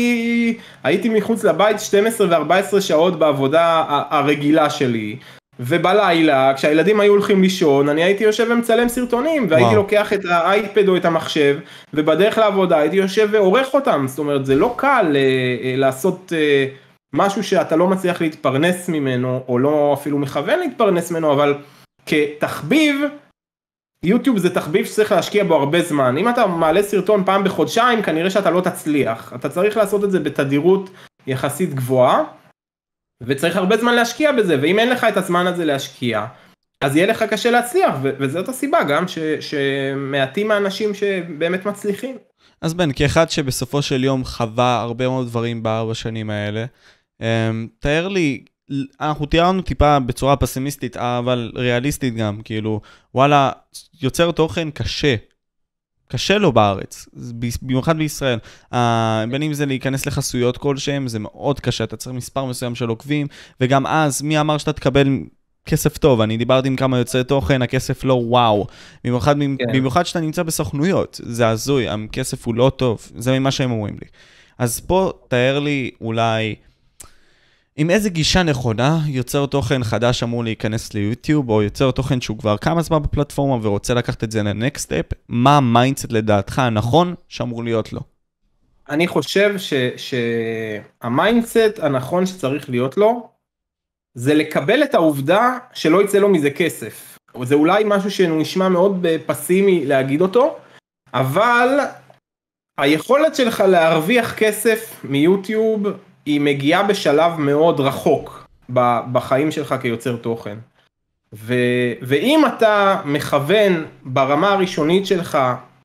הייתי מחוץ לבית 12 ו14 שעות בעבודה הרגילה שלי, ובלילה, כשהילדים היו הולכים לישון, אני הייתי יושב ומצלם סרטונים, והייתי לוקח את האייפד או את המחשב, ובדרך לעבודה הייתי יושב ועורך אותם. זאת אומרת, זה לא קל לעשות משהו שאתה לא מצליח להתפרנס ממנו, או לא אפילו מכוון להתפרנס ממנו, אבל כתחביב, יוטיוב זה תחביב שצריך להשקיע בו הרבה זמן. אם אתה מעלה סרטון פעם בחודשיים, כנראה שאתה לא תצליח. אתה צריך לעשות את זה בתדירות יחסית גבוהה, וצריך הרבה זמן להשקיע בזה, ואם אין לך את הזמן הזה להשקיע, אז יהיה לך קשה להצליח, וזאת הסיבה גם שמעטים האנשים שבאמת מצליחים. אז בן, כאחד שבסופו של יום חווה הרבה מאוד דברים ב4 שנים האלה, תאר לי, אנחנו תיארנו טיפה בצורה פסימיסטית, אבל ריאליסטית גם, כאילו, וואלה, יוצר תוכן קשה, קשה לו בארץ, במיוחד בישראל. בין אם זה להיכנס לחסויות כלשהם, זה מאוד קשה, אתה צריך מספר מסוים של עוקבים, וגם אז, מי אמר שאתה תקבל כסף טוב? אני דיברתי עם כמה יוצאי תוכן, הכסף לא וואו. במיוחד שאתה נמצא בסוכנויות, זה הזוי, הכסף הוא לא טוב, זה ממה שהם אומרים לי. אז פה תאר לי אולי, עם איזה גישה נכונה יוצר תוכן חדש אמור להיכנס ליוטיוב, או יוצר תוכן שהוא כבר כמה זמן בפלטפורמה ורוצה לקחת את זה ל-next step, מה המיינדסט לדעתך הנכון שאמור להיות לו? אני חושב שהמיינדסט הנכון שצריך להיות לו, זה לקבל את העובדה שלא יצא לו מזה כסף. זה אולי משהו שנשמע מאוד פסימי להגיד אותו, אבל היכולת שלך להרוויח כסף מיוטיוב, היא מגיעה בשלב מאוד רחוק בחיים שלך כיוצר תוכן. ואם אתה מכוון ברמה הראשונית שלך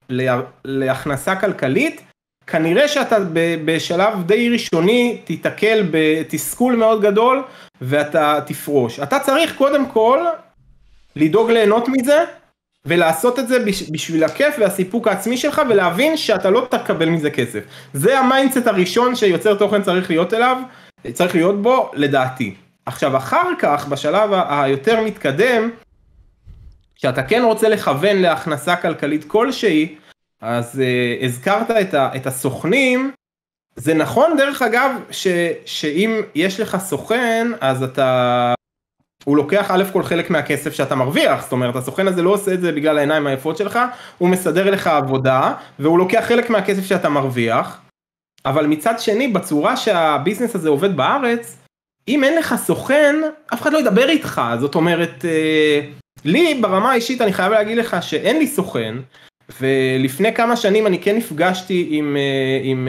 להכנסה כלכלית, כנראה שאתה בשלב די ראשוני תיתקל בתסכול מאוד גדול ואתה תפרוש. אתה צריך קודם כל לדאוג ליהנות מזה ולעשות את זה בשביל הכיף והסיפוק העצמי שלך ולהבין שאתה לא תקבל מזה כסף. זה המיינדסט הראשון שיוצר תוכן צריך להיות אליו, צריך להיות בו לדעתי. עכשיו אחר כך בשלב היותר מתקדם, שאתה כן רוצה לכוון להכנסה כלכלית כלשהי, אז הזכרת את הסוכנים, זה נכון דרך אגב שאם יש לך סוכן אז הוא לוקח א' כל חלק מהכסף שאתה מרוויח, זאת אומרת הסוכן הזה לא עושה את זה בגלל העיניים היפות שלך, הוא מסדר לך עבודה והוא לוקח חלק מהכסף שאתה מרוויח, אבל מצד שני בצורה שהביזנס הזה עובד בארץ, אם אין לך סוכן אף אחד לא ידבר איתך, זאת אומרת לי ברמה האישית אני חייב להגיד לך שאין לי סוכן, ולפני כמה שנים אני כן נפגשתי עם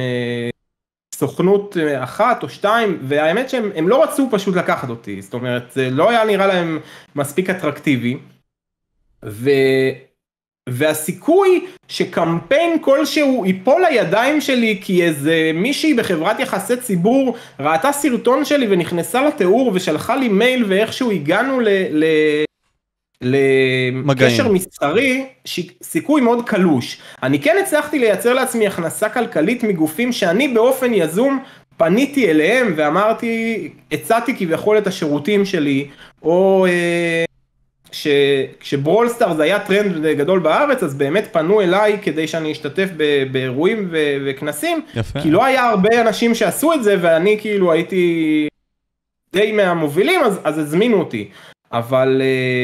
סוכנות אחת או שתיים, והאמת שהם לא רצו פשוט לקחת אותי, זאת אומרת, זה לא היה נראה להם מספיק אטרקטיבי, והסיכוי שקמפיין כלשהו ייפול לידיים שלי, כי איזה מישהי בחברת יחסי ציבור ראתה סרטון שלי ונכנסה לתיאור ושלחה לי מייל, ואיכשהו הגענו לקשר מסחרי, סיכוי מאוד קלוש. אני כן הצלחתי לייצר לעצמי הכנסה כלכלית מגופים שאני באופן יזום פניתי אליהם ואמרתי, הצעתי כביכול את השירותים שלי, או כשברולסטאר זה היה טרנד גדול בארץ, אז באמת פנו אליי כדי שאני אשתתף באירועים וכנסים, כי לא היה הרבה אנשים שעשו את זה, ואני כאילו הייתי די מהמובילים, אז הזמינו אותי. אבל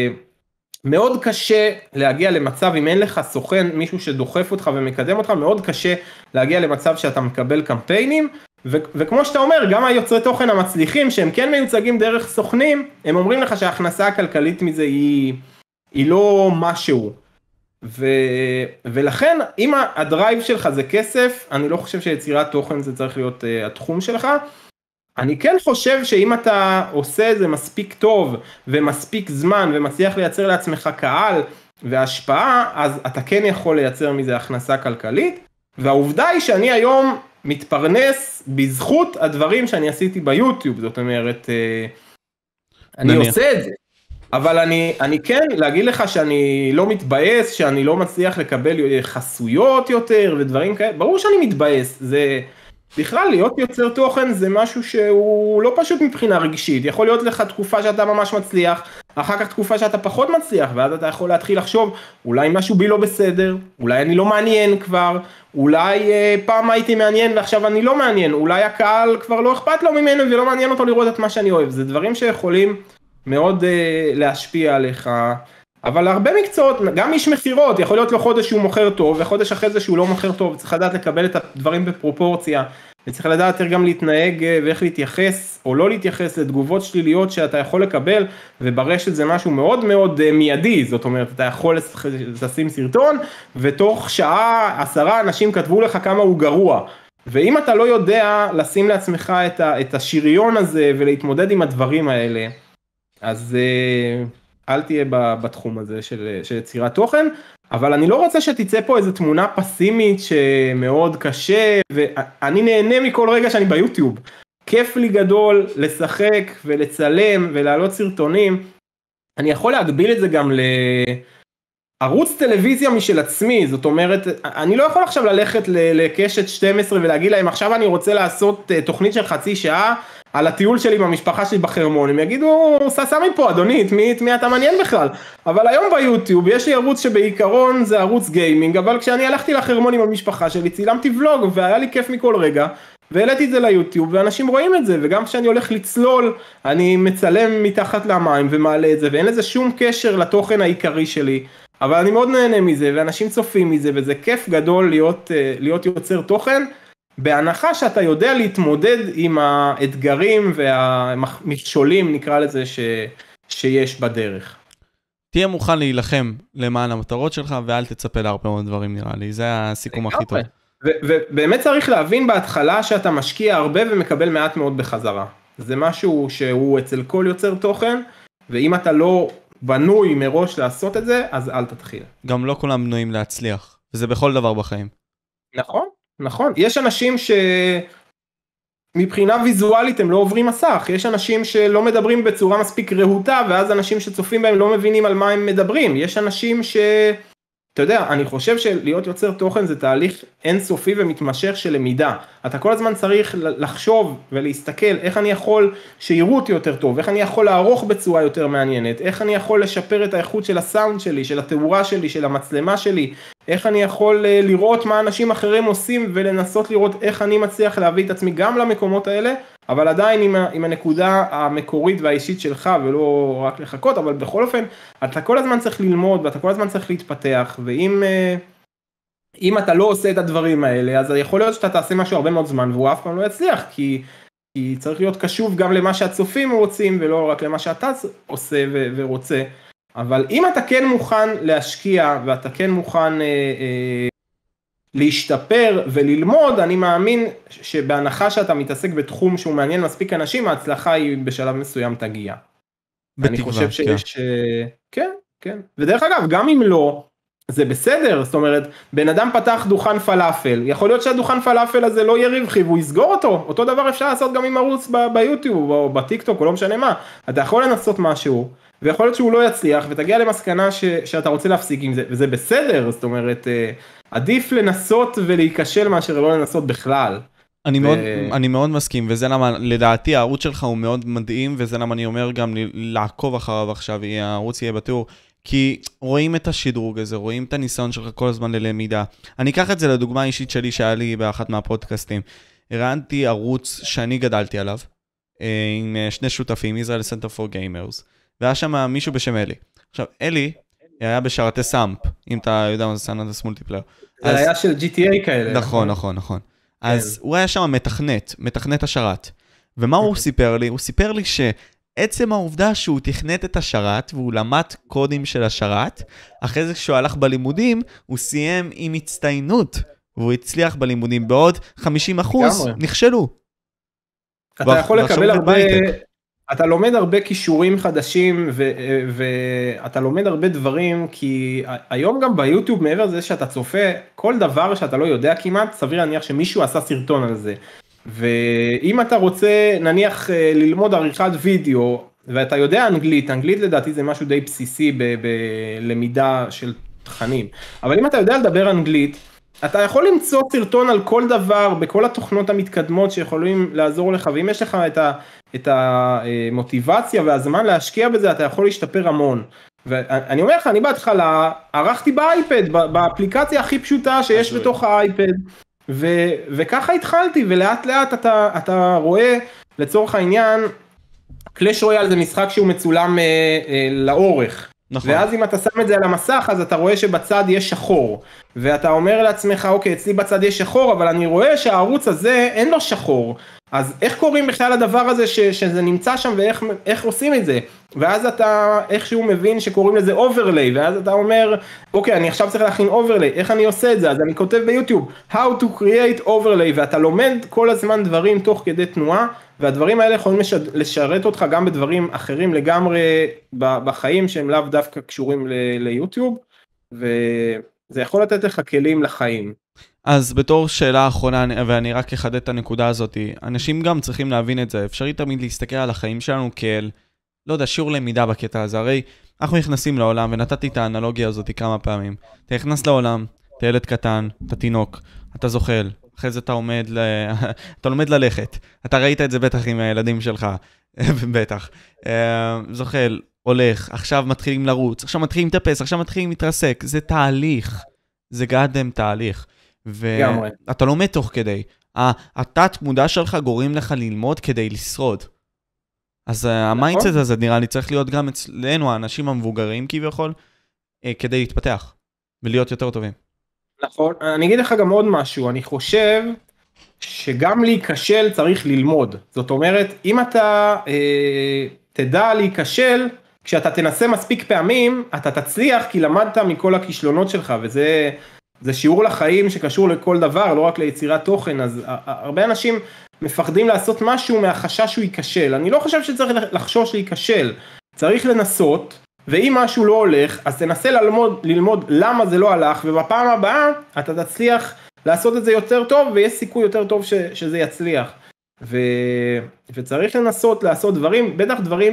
מאוד קשה להגיע למצב, אם אין לך סוכן, מישהו שדוחף אותך ומקדם אותך, מאוד קשה להגיע למצב שאתה מקבל קמפיינים, וכמו שאתה אומר, גם היוצרי תוכן המצליחים, שהם כן מיוצגים דרך סוכנים, הם אומרים לך שההכנסה הכלכלית מזה היא לא משהו. ולכן, אם הדרייב שלך זה כסף, אני לא חושב שיצירת תוכן זה צריך להיות התחום שלך. אני כן חושב שאם אתה עושה את זה מספיק טוב ומספיק זמן ומצליח לייצר לעצמך קהל והשפעה, אז אתה כן יכול לייצר מזה הכנסה כלכלית, והעובדה היא שאני היום מתפרנס בזכות הדברים שאני עשיתי ביוטיוב, זאת אומרת, אני עושה את זה, אבל אני כן להגיד לך שאני לא מתבאס, שאני לא מצליח לקבל חסויות יותר ודברים כאלה, ברור שאני מתבאס, זה בכלל להיות יוצר תוכן זה משהו שהוא לא פשוט מבחינה רגשית, יכול להיות לך תקופה שאתה ממש מצליח, אחר כך תקופה שאתה פחות מצליח, ואז אתה יכול להתחיל לחשוב, אולי משהו בי לא בסדר, אולי אני לא מעניין כבר, אולי פעם הייתי מעניין ועכשיו אני לא מעניין, אולי הקהל כבר לא אכפת לו ממנו ולא מעניין אותו לראות את מה שאני אוהב, זה דברים שיכולים מאוד להשפיע עליך, אבל הרבה מקצועות, גם איש מחירות, יכול להיות לו חודש שהוא מוכר טוב, וחודש אחרי זה שהוא לא מוכר טוב, צריך לדעת לקבל את הדברים בפרופורציה, וצריך לדעת גם להתנהג ואיך להתייחס, או לא להתייחס לתגובות שליליות שאתה יכול לקבל, וברשת זה משהו מאוד מאוד מיידי, זאת אומרת, אתה יכול לשים סרטון, ותוך שעה 10 אנשים כתבו לך כמה הוא גרוע, ואם אתה לא יודע לשים לעצמך את השריון הזה, ולהתמודד עם הדברים האלה, אז אל תהיה בתחום הזה של יצירת תוכן, אבל אני לא רוצה שתצא פה איזו תמונה פסימית שמאוד קשה, ואני נהנה מכל רגע שאני ביוטיוב. כיף לי גדול לשחק ולצלם ולהעלות סרטונים. אני יכול להגביל את זה גם ערוץ טלוויזיה משל עצמי, זאת אומרת, אני לא יכול עכשיו ללכת לקשת 12 ולהגיד להם, עכשיו אני רוצה לעשות תוכנית של חצי שעה, על הטיול שלי עם המשפחה שלי בחרמון, הם יגידו, סע מפה אדוני, את מי אתה מעניין בכלל? אבל היום ביוטיוב יש לי ערוץ שבעיקרון זה ערוץ גיימינג, אבל כשאני הלכתי לחרמון עם המשפחה שלי, צילמתי ולוג, והיה לי כיף מכל רגע, והעליתי את זה ליוטיוב, ואנשים רואים את זה, וגם כשאני הולך לצלול, אני מצלם מתחת למים ומעלה את זה, ואין לזה שום קשר לתוכן העיקרי שלי, אבל אני מאוד נהנה מזה, ואנשים צופים מזה, וזה כיף גדול להיות יוצר תוכן, בהנחה שאתה יודע להתמודד עם האתגרים והמכשולים, נקרא לזה, שיש בדרך. תהיה מוכן להילחם למען המטרות שלך, ואל תצפה להרבה מאוד דברים נראה לי, זה הסיכום הכי טוב. ובאמת צריך להבין בהתחלה שאתה משקיע הרבה ומקבל מעט מאוד בחזרה. זה משהו שהוא אצל כל יוצר תוכן, ואם אתה לא בנוי מראש לעשות את זה, אז אל תתחיל. גם לא כולם בנויים להצליח, וזה בכל דבר בחיים. נכון, נכון. יש אנשים שמבחינה ויזואלית הם לא עוברים מסך, יש אנשים שלא מדברים בצורה מספיק רהוטה, ואז אנשים שצופים בהם לא מבינים על מה הם מדברים. יש אנשים אתה יודע, אני חושב שלהיות יוצר תוכן זה תהליך אינסופי ומתמשך של למידה. אתה כל הזמן צריך לחשוב ולהסתכל איך אני יכול שיראו אותי יותר טוב, איך אני יכול לערוך בצורה יותר מעניינת, איך אני יכול לשפר את האיכות של הסאונד שלי, של התאורה שלי, של המצלמה שלי, איך אני יכול לראות מה אנשים אחרים עושים ולנסות לראות איך אני מצליח להביא את עצמי גם למקומות האלה, אבל עדיין עם הנקודה המקורית והאישית שלך ולא רק לחכות, אבל בכל אופן אתה כל הזמן צריך ללמוד ואתה כל הזמן צריך להתפתח, ואם אתה לא עושה את הדברים האלה, אז יכול להיות שאתה תעשה משהו הרבה מאוד זמן והוא אף פעם לא יצליח, כי צריך להיות קשוב גם למה שהצופים רוצים ולא רק למה שאתה עושה ורוצה. אבל אם אתה כן מוכן להשקיע ואתה כן מוכן להשתפר וללמוד, אני מאמין שבהנחה שאתה מתעסק בתחום שהוא מעניין מספיק אנשים, ההצלחה היא בשלב מסוים תגיע. אני חושב שיש... כן, כן. ודרך אגב, גם אם לא, זה בסדר. זאת אומרת, בן אדם פתח דוכן פלאפל, יכול להיות שהדוכן פלאפל הזה לא יהיה רווחי והוא יסגור אותו. אותו דבר אפשר לעשות גם עם ערוץ ביוטיוב או בטיקטוק או לא משנה מה. אתה יכול לנסות משהו, ויכול להיות שהוא לא יצליח, ותגיע למסקנה שאתה רוצה להפסיק עם זה, וזה בסדר. זאת אומרת, עדיף לנסות ולהיכשל מאשר לא לנסות בכלל. אני מאוד מסכים, וזה למה לדעתי הערוץ שלך הוא מאוד מדהים, וזה למה אני אומר גם לעקוב אחריו עכשיו, הערוץ יהיה בתיאור, כי רואים את השדרוג הזה, רואים את הניסיון שלך כל הזמן ללמידה. אני אקח את זה לדוגמה אישית שלי שהיה לי באחת מהפודקאסטים. הראיתי ערוץ שאני גדלתי עליו, עם שני שותפים, Israel Center for Gamers, והיה שם מישהו בשם אלי. עכשיו, אלי היה בשרתי סאמפ, אם אתה יודע מה זה סאנדס מולטיפלייר. זה היה של GTA כאלה. נכון. אז הוא היה שם מתכנת השרת. ומה הוא סיפר לי? הוא סיפר לי שעצם העובדה שהוא תכנת את השרת, והוא למד קודים של השרת, אחרי זה כשהוא הלך בלימודים, הוא סיים עם הצטיינות, והוא הצליח בלימודים, בעוד 50% נכשלו. אתה יכול לקבל הרבה... אתה לומד הרבה כישורים חדשים, ואתה לומד הרבה דברים, כי היום גם ביוטיוב, מעבר לזה שאתה צופה, כל דבר שאתה לא יודע כמעט, סביר להניח שמישהו עשה סרטון על זה. ואם אתה רוצה, נניח, ללמוד עריכת וידאו, ואתה יודע אנגלית לדעתי זה משהו די בסיסי בלמידה של תכנים. אבל אם אתה יודע לדבר אנגלית, אתה יכול למצוא סרטון על כל דבר, בכל התוכנות המתקדמות שיכולים לעזור לך, ואם יש לך את המוטיבציה והזמן להשקיע בזה, אתה יכול להשתפר המון. ואני אומר לך, אני בהתחלה ערכתי באייפד, באפליקציה הכי פשוטה שיש בתוך האייפד, וככה התחלתי, ולאט לאט אתה רואה, לצורך העניין, קלאש רויאל זה משחק שהוא מצולם לאורך. נכון. ואז אם אתה שם את זה על המסך, אז אתה רואה שבצד יש שחור, ואתה אומר לעצמך, אוקיי, אצלי בצד יש שחור, אבל אני רואה שהערוץ הזה אין לו שחור, אז איך קוראים בכלל הדבר הזה שזה נמצא שם, ואיך עושים את זה? ואז אתה איכשהו מבין שקוראים לזה overlay, ואז אתה אומר, אוקיי, אני עכשיו צריך להכין overlay, איך אני עושה את זה? אז אני כותב ביוטיוב, how to create overlay, ואתה לומד כל הזמן דברים תוך כדי תנועה, והדברים האלה יכולים לשרת אותך גם בדברים אחרים לגמרי בחיים, שהם לאו דווקא קשורים ליוטיוב, וזה יכול לתת לך כלים לחיים. אז בתור שאלה האחרונה, ואני רק אחדד את הנקודה הזאת, אנשים גם צריכים להבין את זה, אפשרי תמיד להסתכל על החיים שלנו כאל לא יודע, שיעור למידה בקטע הזה, הרי אנחנו נכנסים לעולם, ונתתי את האנלוגיה הזאת כמה פעמים. אתה נכנס לעולם, אתה ילד קטן, אתה תינוק, אתה זוחל, אחרי זה אתה לומד ללכת. אתה ראית את זה בטח עם הילדים שלך, בטח. זוחל, הולך, עכשיו מתחילים לרוץ, עכשיו מתחילים לטפס, עכשיו מתחילים להתרסק. זה תהליך, זה גדם תהליך. ואתה לומד תוך כדי. התת מודע שלך גורם לך ללמוד כדי לשרוד. אז המיינדסט הזה נראה לי צריך להיות גם אצלנו, האנשים המבוגרים כביכול, כדי להתפתח ולהיות יותר טובים. נכון, אני אגיד לך גם עוד משהו, אני חושב שגם להיכשל צריך ללמוד. זאת אומרת, אם אתה תדע להיכשל, כשאתה תנסה מספיק פעמים, אתה תצליח כי למדת מכל הכישלונות שלך, וזה שיעור לחיים שקשור לכל דבר, לא רק ליצירת תוכן. אז הרבה אנשים מפחדים לעשות משהו מהחשש שהוא ייכשל. אני לא חושב שצריך לחשוש להיכשל, צריך לנסות, ואם משהו לא הולך, אז תנסה ללמוד למה זה לא הלך, ובפעם הבאה אתה תצליח לעשות את זה יותר טוב, ויש סיכוי יותר טוב שזה יצליח. וצריך לנסות לעשות דברים, בטח דברים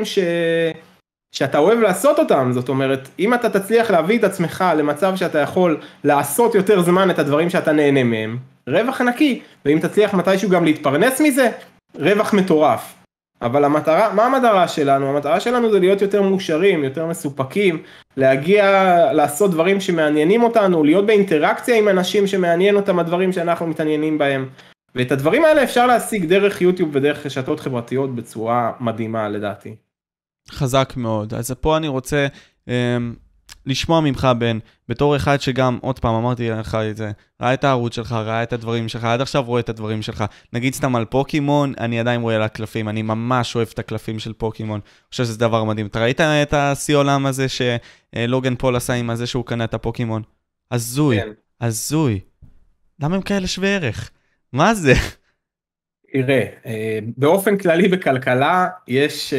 שאתה אוהב לעשות אותם. זאת אומרת, אם אתה תצליח להביא את עצמך למצב שאתה יכול לעשות יותר זמן את הדברים שאתה נהנה מהם, רווח ענקי, ואם תצליח מתישהו גם להתפרנס מזה, רווח מטורף. אבל מה המטרה שלנו? המטרה שלנו זה להיות יותר מאושרים, יותר מסופקים, להגיע, לעשות דברים שמעניינים אותנו, להיות באינטראקציה עם אנשים שמעניין אותם הדברים שאנחנו מתעניינים בהם. ואת הדברים האלה אפשר להשיג דרך יוטיוב ודרך רשתות חברתיות בצורה מדהימה לדעתי. חזק מאוד. אז פה אני רוצה לשמוע ממך בן, בתור אחד שגם, עוד פעם אמרתי לך את זה, ראה את הערוץ שלך, ראה את הדברים שלך, עד עכשיו רואה את הדברים שלך. נגיד סתם על פוקימון, אני עדיין רואה על הקלפים, אני ממש אוהב את הקלפים של פוקימון. אני חושב שזה דבר מדהים. אתה ראית את השיא עולם הזה שלוגן פול עשה עם הזה שהוא קנה את הפוקימון? הזוי, הזוי. למה הם כאלה שווה ערך? מה זה? תראה, באופן כללי בכלכלה יש,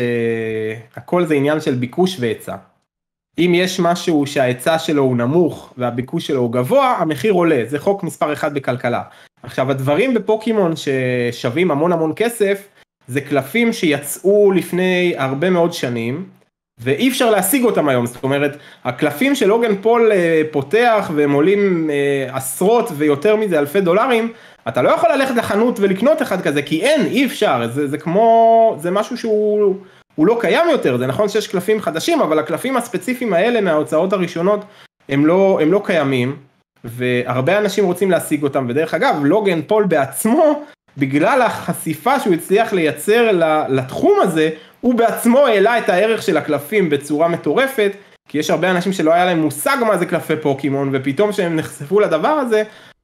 הכל זה עניין של ביקוש והיצע. אם יש משהו שההיצע שלו הוא נמוך והביקוש שלו הוא גבוה, המחיר עולה, זה חוק מספר 1 בכלכלה. עכשיו הדברים בפוקימון ששווים המון המון כסף, זה קלפים שיצאו לפני הרבה מאוד שנים, ואי אפשר להשיג אותם היום. זאת אומרת, הקלפים של לוגן פול פותח והם עולים עשרות ויותר מזה אלפי דולרים, אתה לא יכול ללכת לחנות ולקנות אחד כזה, כי אי אפשר, זה משהו שהוא לא קיים יותר. זה נכון שיש קלפים חדשים, אבל הקלפים הספציפיים האלה מההוצאות הראשונות, הם לא קיימים, והרבה אנשים רוצים להשיג אותם, ודרך אגב, לוגן פול בעצמו, בגלל החשיפה שהוא הצליח לייצר לתחום הזה, הוא בעצמו העלה את הערך של הקלפים בצורה מטורפת, כי יש הרבה אנשים שלא היה להם מושג מה זה קלפי פוקימון, ופתאום שהם נחשפו לדבר הזה,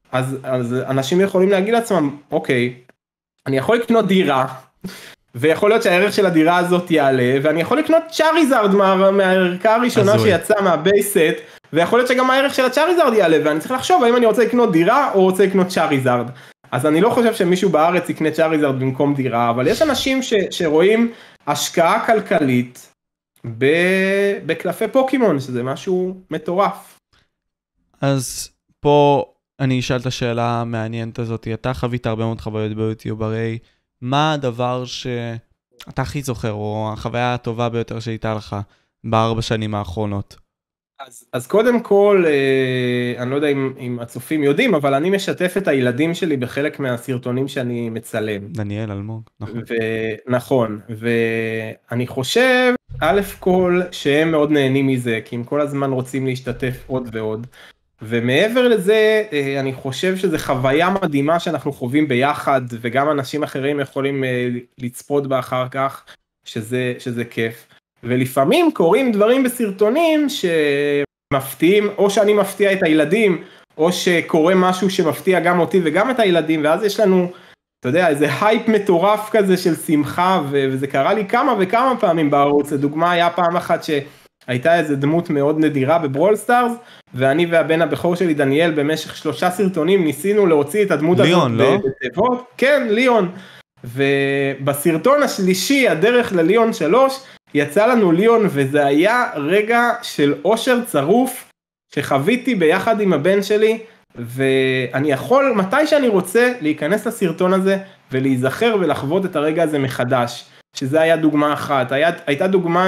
אז אנשים יכולים להגיד לעצמם, אוקיי, אני יכול לקנות דירה, ויכול להיות שהערך של הדירה הזאת יעלה, ואני יכול לקנות צ'אריזארד מהערכה הראשונה שיצא מהבייסט, ויכול להיות שגם הערך של הצ'אריזארד יעלה, ואני צריך לחשוב האם אני רוצה לקנות דירה או רוצה לקנות צ'אריזארד. אז אני לא חושב שמישהו בארץ יקנה צ'אריזארד במקום דירה, אבל יש אנשים שרואים השקעה כלכלית בקלפי פוקימון, שזה משהו מטורף. אז פה אני אשאל את השאלה המעניינת הזאת, אתה חווית הרבה מאוד חוויות ביוטיוב, הרי מה הדבר שאתה הכי זוכר, או החוויה הטובה ביותר שהייתה לך ב4 שנים האחרונות? אז קודם כל, אני לא יודע אם הצופים יודעים, אבל אני משתף את הילדים שלי בחלק מהסרטונים שאני מצלם. דניאל, אלמוג, נכון. נכון, ואני חושב, א' כל, שהם מאוד נהנים מזה, כי הם כל הזמן רוצים להשתתף עוד ועוד, ומעבר לזה, אני חושב שזו חוויה מדהימה שאנחנו חווים ביחד, וגם אנשים אחרים יכולים לצפות בה אחר כך, שזה כיף. ולפעמים קורים דברים בסרטונים שמפתיעים, או שאני מפתיע את הילדים, או שקורה משהו שמפתיע גם אותי וגם את הילדים, ואז יש לנו, אתה יודע, איזה הייפ מטורף כזה של שמחה, וזה קרה לי כמה וכמה פעמים בערוץ. לדוגמה, היה פעם אחת שהייתה איזו דמות מאוד נדירה בברול סטארס, ואני והבן הבכור שלי דניאל במשך 3 סרטונים ניסינו להוציא את הדמות ליאון, הזאת. לא? בתיבות. כן, ליאון. ובסרטון השלישי, הדרך לליאון 3, יצא לנו ליאון, וזה היה רגע של אושר צרוף, שחוויתי ביחד עם הבן שלי, ואני יכול, מתי שאני רוצה, להיכנס לסרטון הזה, ולהיזכר ולחוות את הרגע הזה מחדש. שזה היה דוגמה אחת. הייתה דוגמה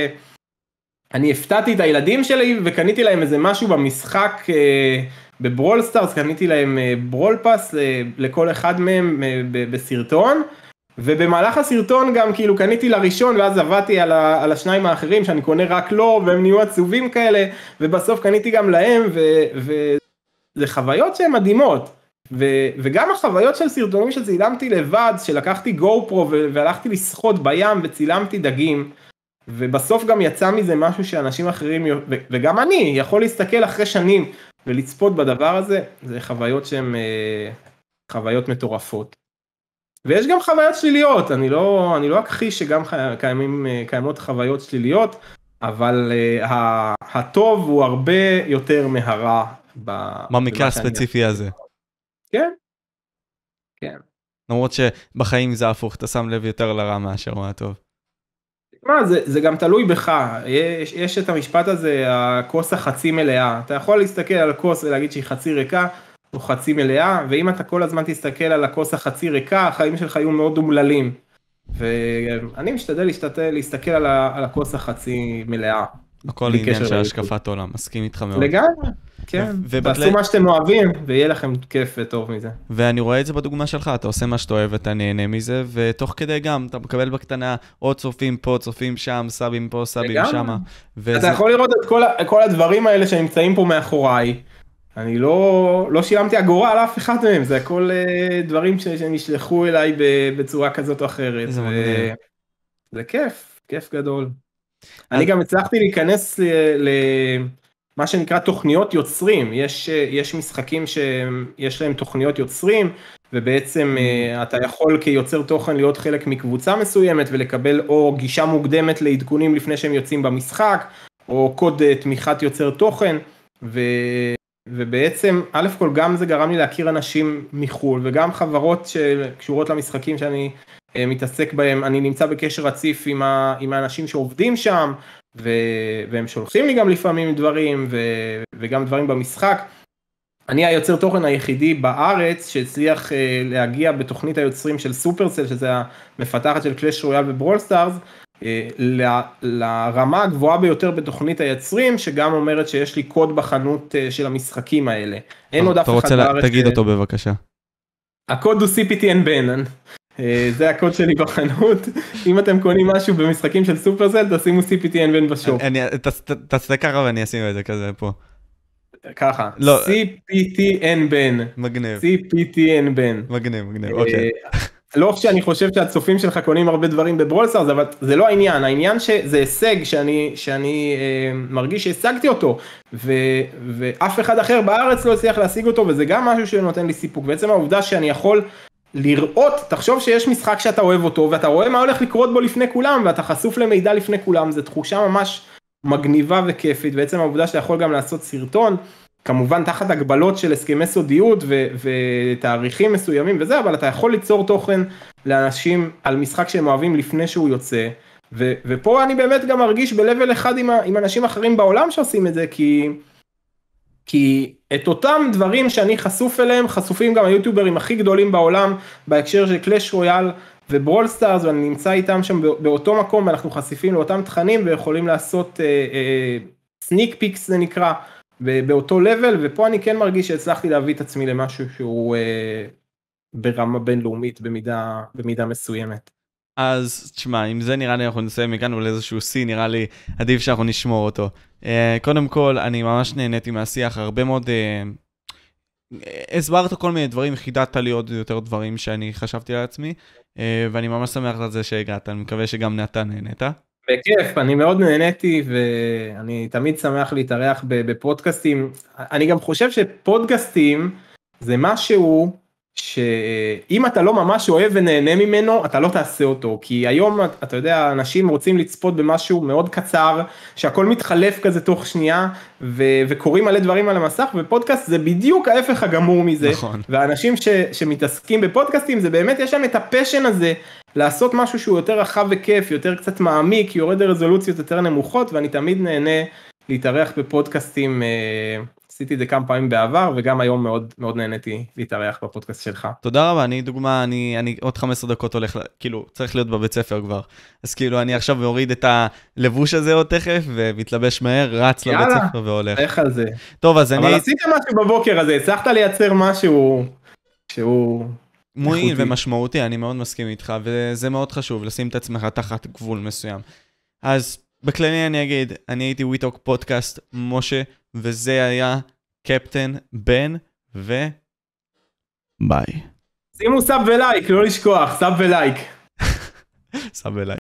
שאני הפתעתי את הילדים שלי וקניתי להם איזה משהו במשחק בברול סטארס, קניתי להם ברול פאס לכל אחד מהם בסרטון, ובמהלך הסרטון גם כאילו קניתי לראשון ואז עבדתי על השניים האחרים שאני קונה רק לו והם נהיו עצובים כאלה, ובסוף קניתי גם להם וזה חוויות שהן מדהימות. וגם החוויות של סרטונים שצילמתי לבד, שלקחתי גו פרו והלכתי לשחות בים וצילמתי דגים, ובסוף גם יצא מזה משהו שאנשים אחרים, וגם אני יכול להסתכל אחרי שנים ולצפות בדבר הזה, זה חוויות שהן חוויות מטורפות. ויש גם חוויות שליליות, אני לא אכחיש שגם קיימות חוויות שליליות, אבל הטוב הוא הרבה יותר מהרע. במקרה הספציפי הזה. כן, כן. למרות שבחיים זה הפוך, אתה שם לב יותר לרע מאשר מה טוב. זה גם תלוי בך, יש את המשפט הזה, הכוס החצי מלאה, אתה יכול להסתכל על הכוס ולהגיד שהיא חצי ריקה, או חצי מלאה, ואם אתה כל הזמן תסתכל על הכוס החצי ריקה, החיים שלך יהיו מאוד אומללים, ואני משתדל להסתכל על הכוס החצי מלאה. הכל עניין של השקפת עולם, מסכים איתך מאוד. לגמרי. כן, תעשו מה שאתם אוהבים, ויהיה לכם כיף וטוב מזה. ואני רואה את זה בדוגמה שלך, אתה עושה מה שאתה אוהב, אתה נהנה מזה, ותוך כדי גם, אתה מקבל בקטנה עוד צופים פה, צופים שם, סאבים פה, סאבים שם. אתה יכול לראות את כל הדברים האלה שנמצאים פה מאחוריי. אני לא שילמתי אגורה על אף אחד מהם, זה הכל דברים שנשלחו אליי בצורה כזאת או אחרת. זה כיף גדול. אני גם הצלחתי להיכנס מה שנקרא תוכניות יוצרים, יש משחקים שיש להם תוכניות יוצרים, ובעצם אתה יכול כיוצר תוכן להיות חלק מקבוצה מסוימת, ולקבל או גישה מוקדמת לעדכונים לפני שהם יוצאים במשחק, או קוד תמיכת יוצר תוכן, ובעצם א' כל גם זה גרם לי להכיר אנשים מחול, וגם חברות שקשורות למשחקים שאני מתעסק בהם, אני נמצא בקשר רציף עם האנשים שעובדים שם, והם שולחים לי גם לפעמים דברים, וגם דברים במשחק. אני היוצר תוכן היחידי בארץ שהצליח להגיע בתוכנית היוצרים של סופרסל, שזה המפתחת של קלאש רויאל וברול סטארס, לרמה הגבוהה ביותר בתוכנית היוצרים, שגם אומרת שיש לי קוד בחנות של המשחקים האלה. אין עוד אף אחד בארץ. תגיד אותו בבקשה. הקוד הוא CPTNBen. זה הקוד שלי בחנות, אם אתם קונים משהו במשחקים של סופרסל, תשימו CPTNBen בשופ. תעשה ככה ואני אשים את זה כזה פה. ככה, CPTNBen. מגניב. CPTNBen. מגניב, אוקיי. לא שאני חושב שהצופים שלך קונים הרבה דברים בברול סטארס, אבל זה לא העניין, העניין שזה הישג שאני מרגיש שהשגתי אותו, ואף אחד אחר בארץ לא הצליח להשיג אותו, וזה גם משהו שנותן לי סיפוק, בעצם העובדה שאני יכול לראות, תחשוב שיש משחק שאתה אוהב אותו, ואתה רואה מה הולך לקרות בו לפני כולם, ואתה חשוף למידע לפני כולם, זו תחושה ממש מגניבה וכיפית, בעצם העובדה שאתה יכול גם לעשות סרטון, כמובן תחת הגבלות של הסכמי סודיות ותאריכים מסוימים וזה, אבל אתה יכול ליצור תוכן לאנשים על משחק שהם אוהבים לפני שהוא יוצא, ופה אני באמת גם מרגיש בלבל אחד עם אנשים אחרים בעולם שעושים את זה, כי את אותם דברים שאני חשוף אליהם, חשופים גם היוטיוברים הכי גדולים בעולם, בהקשר של קלאש רויאל וברול סטארס, ואני נמצא איתם שם באותו מקום, ואנחנו חשיפים לאותם תכנים, ויכולים לעשות סניק פיקס זה נקרא, באותו לבל, ופה אני כן מרגיש שהצלחתי להביא את עצמי למשהו שהוא ברמה בינלאומית, במידה מסוימת. אז תשמע, אם זה נראה לי אנחנו נסיים, הגענו לאיזשהו סי, נראה לי עדיף שאנחנו נשמור אותו. קודם כל, אני ממש נהניתי מהשיח, הרבה מאוד, הסברת כל מיני דברים, חידדת לי עוד יותר דברים שאני חשבתי לעצמי, ואני ממש שמח על זה שהגעת, אני מקווה שגם אתה נהנית. בכיף, אני מאוד נהניתי, ואני תמיד שמח להתארח בפודקאסטים. אני גם חושב שפודקאסטים זה משהו שאם אתה לא ממש אוהב ונהנה ממנו, אתה לא תעשה אותו, כי היום, אתה יודע, אנשים רוצים לצפות במשהו מאוד קצר, שהכל מתחלף כזה תוך שנייה, וקוראים מלא דברים על המסך, ופודקאסט זה בדיוק ההפך הגמור מזה, נכון. ואנשים שמתעסקים בפודקאסטים, זה באמת יש להם את הפשן הזה, לעשות משהו שהוא יותר רחב וכיף, יותר קצת מעמיק, יורד לרזולוציות יותר נמוכות, ואני תמיד נהנה להתארח בפודקאסטים עשיתי את זה כמה פעמים בעבר, וגם היום מאוד, מאוד נהניתי להתארח בפודקאסט שלך. תודה רבה, אני דוגמה, אני עוד 15 דקות הולך, כאילו, צריך להיות בבית ספר כבר. אז כאילו, אני עכשיו מוריד את הלבוש הזה עוד תכף, ומתלבש מהר, רץ לבית ספר והולך. איך על זה. טוב, אז אני... אבל עשית משהו בבוקר הזה, הצלחת לייצר משהו שהוא... מועיל ומשמעותי, אני מאוד מסכים איתך, וזה מאוד חשוב, לשים את עצמך תחת גבול מסוים. אז בכללי אני אגיד, אני הייתי וויטוק פודקאסט משה, וזה היה קפטן בן, ביי. שימו סאב ולייק, לא לשכוח, סאב ולייק. סאב ולייק.